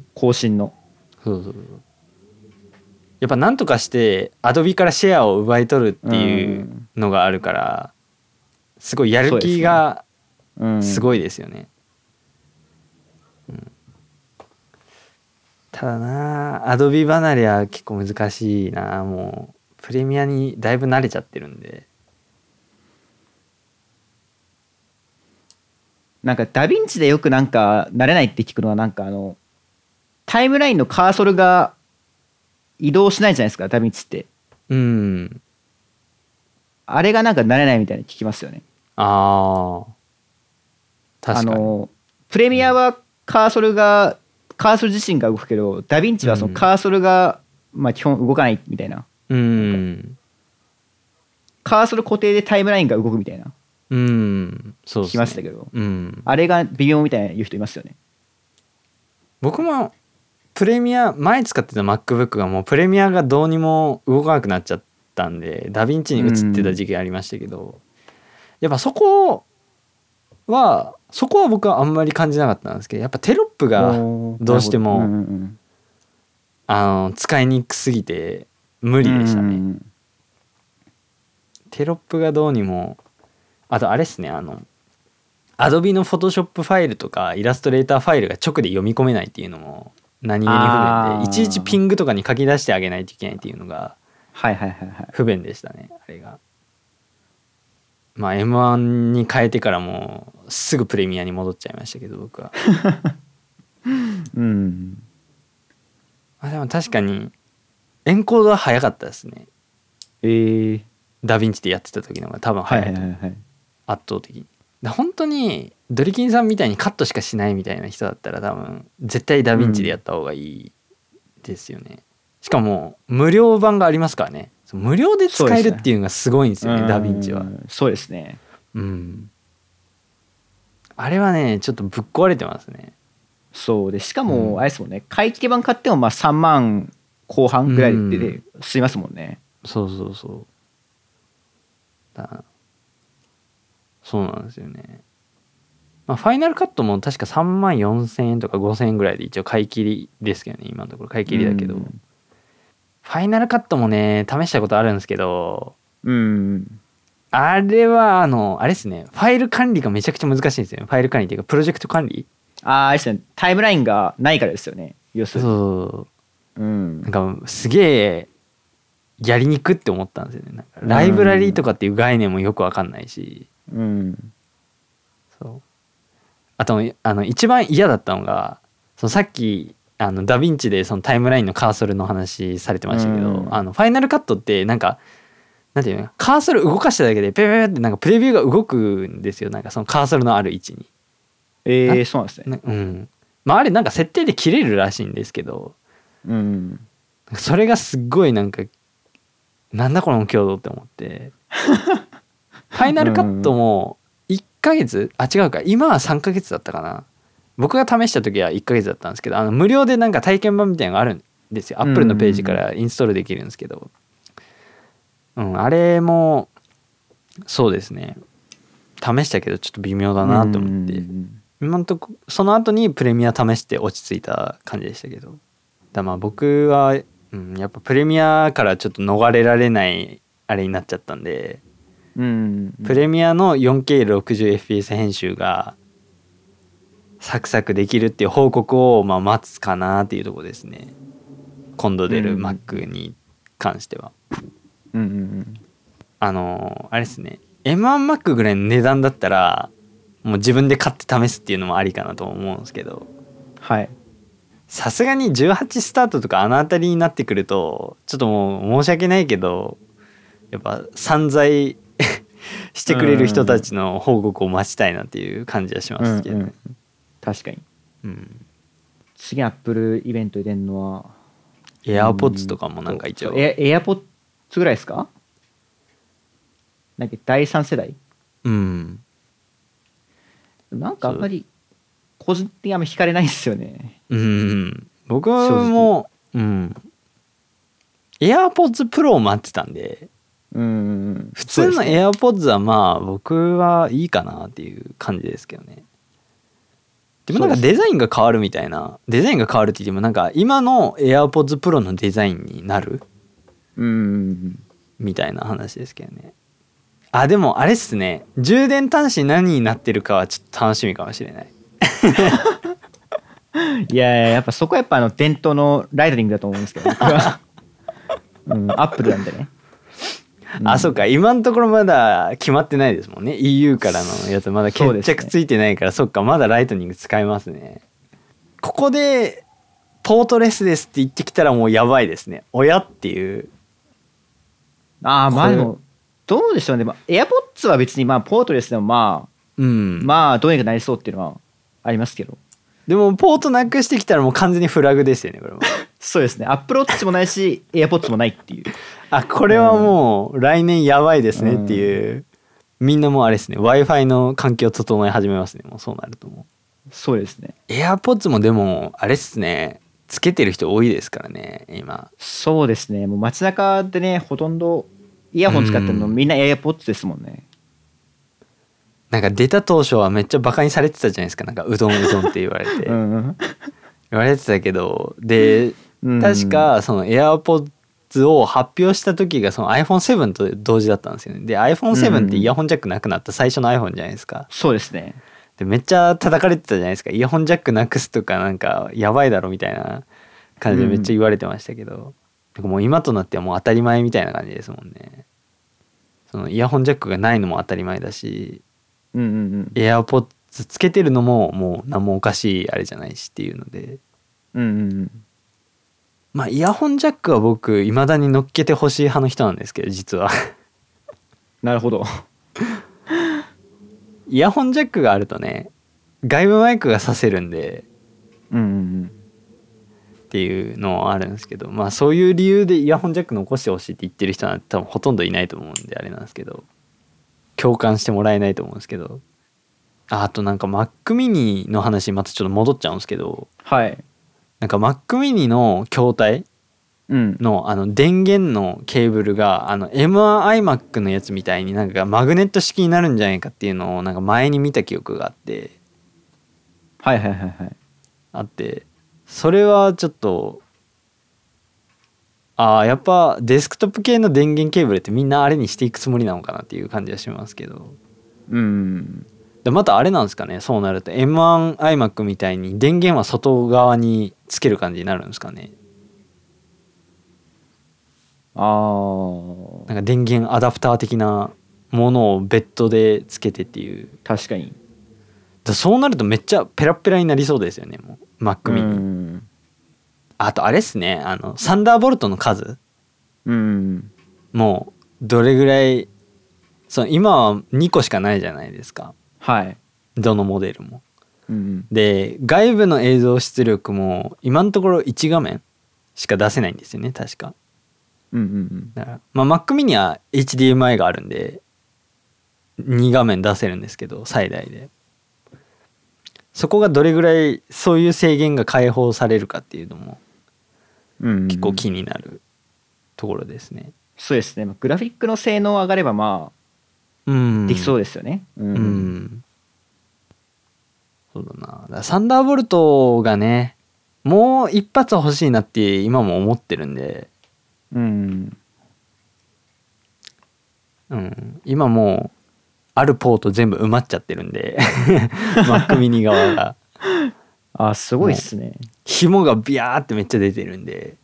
更新の。そうそうそう。 やっぱ何とかしてアドビからシェアを奪い取るっていうのがあるから、すごいやる気がすごいですよね。うん、ただなアドビ離れは結構難しいな。もうプレミアにだいぶ慣れちゃってるんで。 なんかダヴィンチでよくなんか慣れないって聞くのは、なんかあのタイムラインのカーソルが移動しないじゃないですかダヴィンチって。うん。あれがなんか慣れないみたいに聞きますよね。ああ。確かに。あのプレミアはカーソルが、うん、カーソル自身が動くけど、ダヴィンチはそのカーソルが、まあ基本動かないみたいな。うん。カーソル固定でタイムラインが動くみたいな。うん。そうですね。聞きましたけど。うん。あれが微妙みたいな言う人いますよね。 僕もプレミア前使ってた MacBook がもうプレミアがどうにも動かなくなっちゃったんでダヴィンチに移ってた時期ありましたけど、うん、やっぱそこはそこは僕はあんまり感じなかったんですけど、やっぱテロップがどうしても、うんうん、あの使いにくすぎて無理でしたね、うん、テロップがどうにも。あとあれっすね、あのアドビのフォトショップファイルとかイラストレーターファイルが直で読み込めないっていうのも何気に不便で、いちいちピングとかに書き出してあげないといけないっていうのが不便でしたね、あれが。まあ エムワン に変えてからもうすぐプレミアに戻っちゃいましたけど僕は。うん。あでも確かにエンコードは早かったですね。えー、ダヴィンチでやってた時の方が多分早いと思う、はいはいはい、圧倒的に。本当にドリキンさんみたいにカットしかしないみたいな人だったら多分絶対ダヴィンチでやった方がいいですよね、うん、しかも無料版がありますからね。無料で使えるっていうのがすごいんですよ ね, ねダヴィンチは。 そうですね。 うんあれはねちょっとぶっ壊れてますね。 そうで、しかもあれですもんね、うん、買い切り版買ってもまあさんまんこう半ぐらいで済みますもんね、 うん、そうそうそうだそうなんですよね。まあ、ファイナルカットも確かさんまんよんせんえんとかごせんえんぐらいで一応買い切りですけどね、今のところ買い切りだけど、うん、ファイナルカットもね試したことあるんですけど、うん、あれはあのあれですね、ファイル管理がめちゃくちゃ難しいんですよね。ファイル管理っていうかプロジェクト管理。 ああですね、タイムラインがないからですよね、要するに。 そう、うん、なんかすげえやりにくって思ったんですよね。なんかライブラリーとかっていう概念もよく分かんないし、うん、そうあとあの一番嫌だったのがそのさっきあのダヴィンチでそのタイムラインのカーソルの話されてましたけど、うん、あのファイナルカットってなんかなんていうのカーソル動かしただけでペペペってなんかプレビューが動くんですよ。なんかそのカーソルのある位置に。 えー、そうなんですね。 うん。まああれなんか設定で切れるらしいんですけど、うん、それがすっごいなんかなんだこの強度って思ってファイナルカットもいっかげつあ違うか今はさんかげつだったかな。僕が試した時はいっかげつだったんですけど、あの無料でなんか体験版みたいなのがあるんですよ。アップルのページからインストールできるんですけど、うん、あれもそうですね試したけどちょっと微妙だなと思って、今のとこその後にプレミア試して落ち着いた感じでしたけど、 だまあ僕は、うん、やっぱプレミアからちょっと逃れられないあれになっちゃったんで、 うんうんうん、 プレミアの よんケーろくじゅうエフピーエス 編集がサクサクできるっていう報告をまあ待つかなっていうところですね。今度出る Mac に関しては。 うんうんうん、 あのあれですね エムワンマック ぐらいの値段だったらもう自分で買って試すっていうのもありかなと思うんですけど、 はい、 さすがにじゅうはちスタートとかあの辺りになってくるとちょっともう申し訳ないけどやっぱ散財してくれる人たちの報告を待ちたいなっていう感じはしますけどね、うんうん、 確かに、 うん、 次アップルイベントで出るのは AirPods とかもなんか一応エエアポッツぐらいですか？なんかだいさん世代？ うん。 なんかあんまり個人的にあんま惹かれないんですよね。 うん。僕も、うん。AirPods Pro を待ってたんで、 うん、 普通の AirPods はまあ僕はいいかなっていう感じですけどね。でもなんかデザインが変わるみたいな、デザインが変わるって言ってもなんか今の AirPods Pro のデザインになる、 うん、 みたいな話ですけどね。あ、でもあれっすね、充電端子何になってるかはちょっと楽しみかもしれないいやいや、やっぱそこはやっぱあの伝統のライトニングだと思うんですけど、僕はうん、アップルなんでね、 うん、あ、そうか、今のところまだ決まってないですもんね。 イーユー からのやつまだ決着ついてないから、そっか、まだライトニング使えますね。ここでポートレスですって言ってきたらもうやばいですね、親っていう。 ああ、まあでもどうでしょうね。AirPods は別にまあポートレスでもまあ、うん、まあどうにかなりそうっていうのはありますけど、 でもポートなくしてきたらもう完全にフラグですよね、これもそうですね、Apple Watch もないし AirPods もないっていう。 あ、これはもう来年やばいですねっていう、うん、みんなもうあれですね、 Wi-Fi の環境整え始めますね、もうそうなると。もうそうですね。 AirPods もでもあれっすね、つけてる人多いですからね今。 そうですね、もう街中でね、ほとんどイヤホン使ってるのみんな AirPods ですもんね。 なんか出た当初はめっちゃバカにされてたじゃないですか、なんかうどんうどんって言われてうん、言われてたけど、で確かその AirPods を発表した時がその アイフォンセブン と同時だったんですよね。で アイフォンセブン ってイヤホンジャックなくなった最初の iPhone じゃないですか。 そうですね。 でめっちゃ叩かれてたじゃないですか、イヤホンジャックなくすとかなんかやばいだろみたいな感じでめっちゃ言われてましたけど、うん、なんかもう今となってはもう当たり前みたいな感じですもんね。そのイヤホンジャックがないのも当たり前だし、 うんうんうん、 AirPods つけてるのももう何もおかしいあれじゃないしっていうので、 うんうんうん、 まあイヤホンジャックは僕いまだに乗っけてほしい派の人なんですけど、実はなるほどイヤホンジャックがあるとね、外部マイクがさせるんで、 うんうんうん、 っていうのはあるんですけど、まあそういう理由でイヤホンジャック残してほしいって言ってる人なんて多分ほとんどいないと思うんであれなんですけど、共感してもらえないと思うんですけど、 あ, あとなんか Mac mini の話またちょっと戻っちゃうんですけど、 はい、 なんか Mac mini の筐体のあの電源のケーブルがあの エムワンアイマック のやつみたいになんかマグネット式になるんじゃないかっていうのをなんか前に見た記憶があって、 はいはいはいはい、 あって、それはちょっと、ああやっぱデスクトップ系の電源ケーブルってみんなあれにしていくつもりなのかなっていう感じはしますけど、 うん、 でまたあれなんですかね、そうなると エムワンアイマック みたいに電源は外側につける感じになるんですかね。 ああ、 なんか電源アダプター的なものをベッドでつけてっていう。 確かに。 だそうなるとめっちゃペラペラになりそうですよね、もう Mac mini。あとあれっすね、あのサンダーボルトの数、うん、もうどれぐらい、その今はにこしかないじゃないですか、 はい、 どのモデルも、うん、で外部の映像出力も今のところいち画面しか出せないんですよね確か、うんうんうん、だから、まあ、Mac mini は エイチディーエムアイ があるんでに画面出せるんですけど最大で、そこがどれぐらいそういう制限が解放されるかっていうのも結構気になるところですね、うんうん、 そうですね、グラフィックの性能上がればまあ、うん、できそうですよね、うんうん、 そうだな、だサンダーボルトがねもう一発欲しいなって今も思ってるんで、 うんうん、今もうあるポート全部埋まっちゃってるんでMac mini 側があ、すごいっすね。 紐がビヤーってめっちゃ出てるんで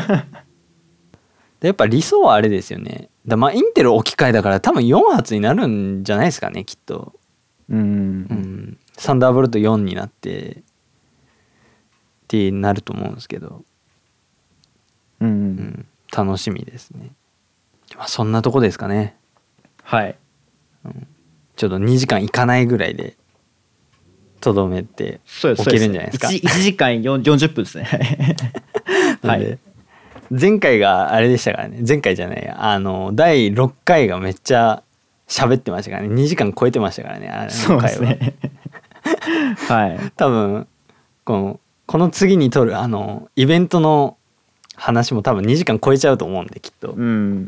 でやっぱ理想はあれですよね。だまあインテル置き換えだから多分よん発になるんじゃないですかねきっと。 うん、うんうんサンダーボルトよんになってってなると思うんですけど、 うん、ううん、楽しみですね。まあそんなとこですかね。 はい、 うん、ちょっとにじかんいかないぐらいでとどめておけるんじゃないですか。 いちじかんよんじゅっぷんですねはい、前回があれでしたからね。前回じゃないあのだいろっかいがめっちゃ喋ってましたからね。にじかん超えてましたからね。あの回はそうですねはい多分このこの次に撮るあのイベントの話も多分にじかん超えちゃうと思うんできっと、 うん、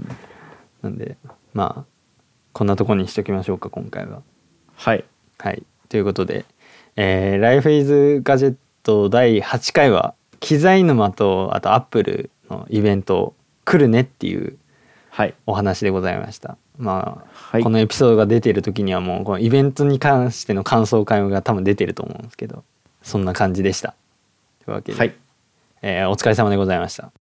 なんでまあこんなとこにしときましょうか今回は。 はい、 はい、ということで、えー、Life is Gadget だいはちかいは機材沼とあとアップルのイベント来るねっていうお話でございました。はい、まあ、はい、このエピソードが出ている時にはもうこのイベントに関しての感想会が多分出てると思うんですけど、そんな感じでした。というわけで、はい、えー、お疲れ様でございました。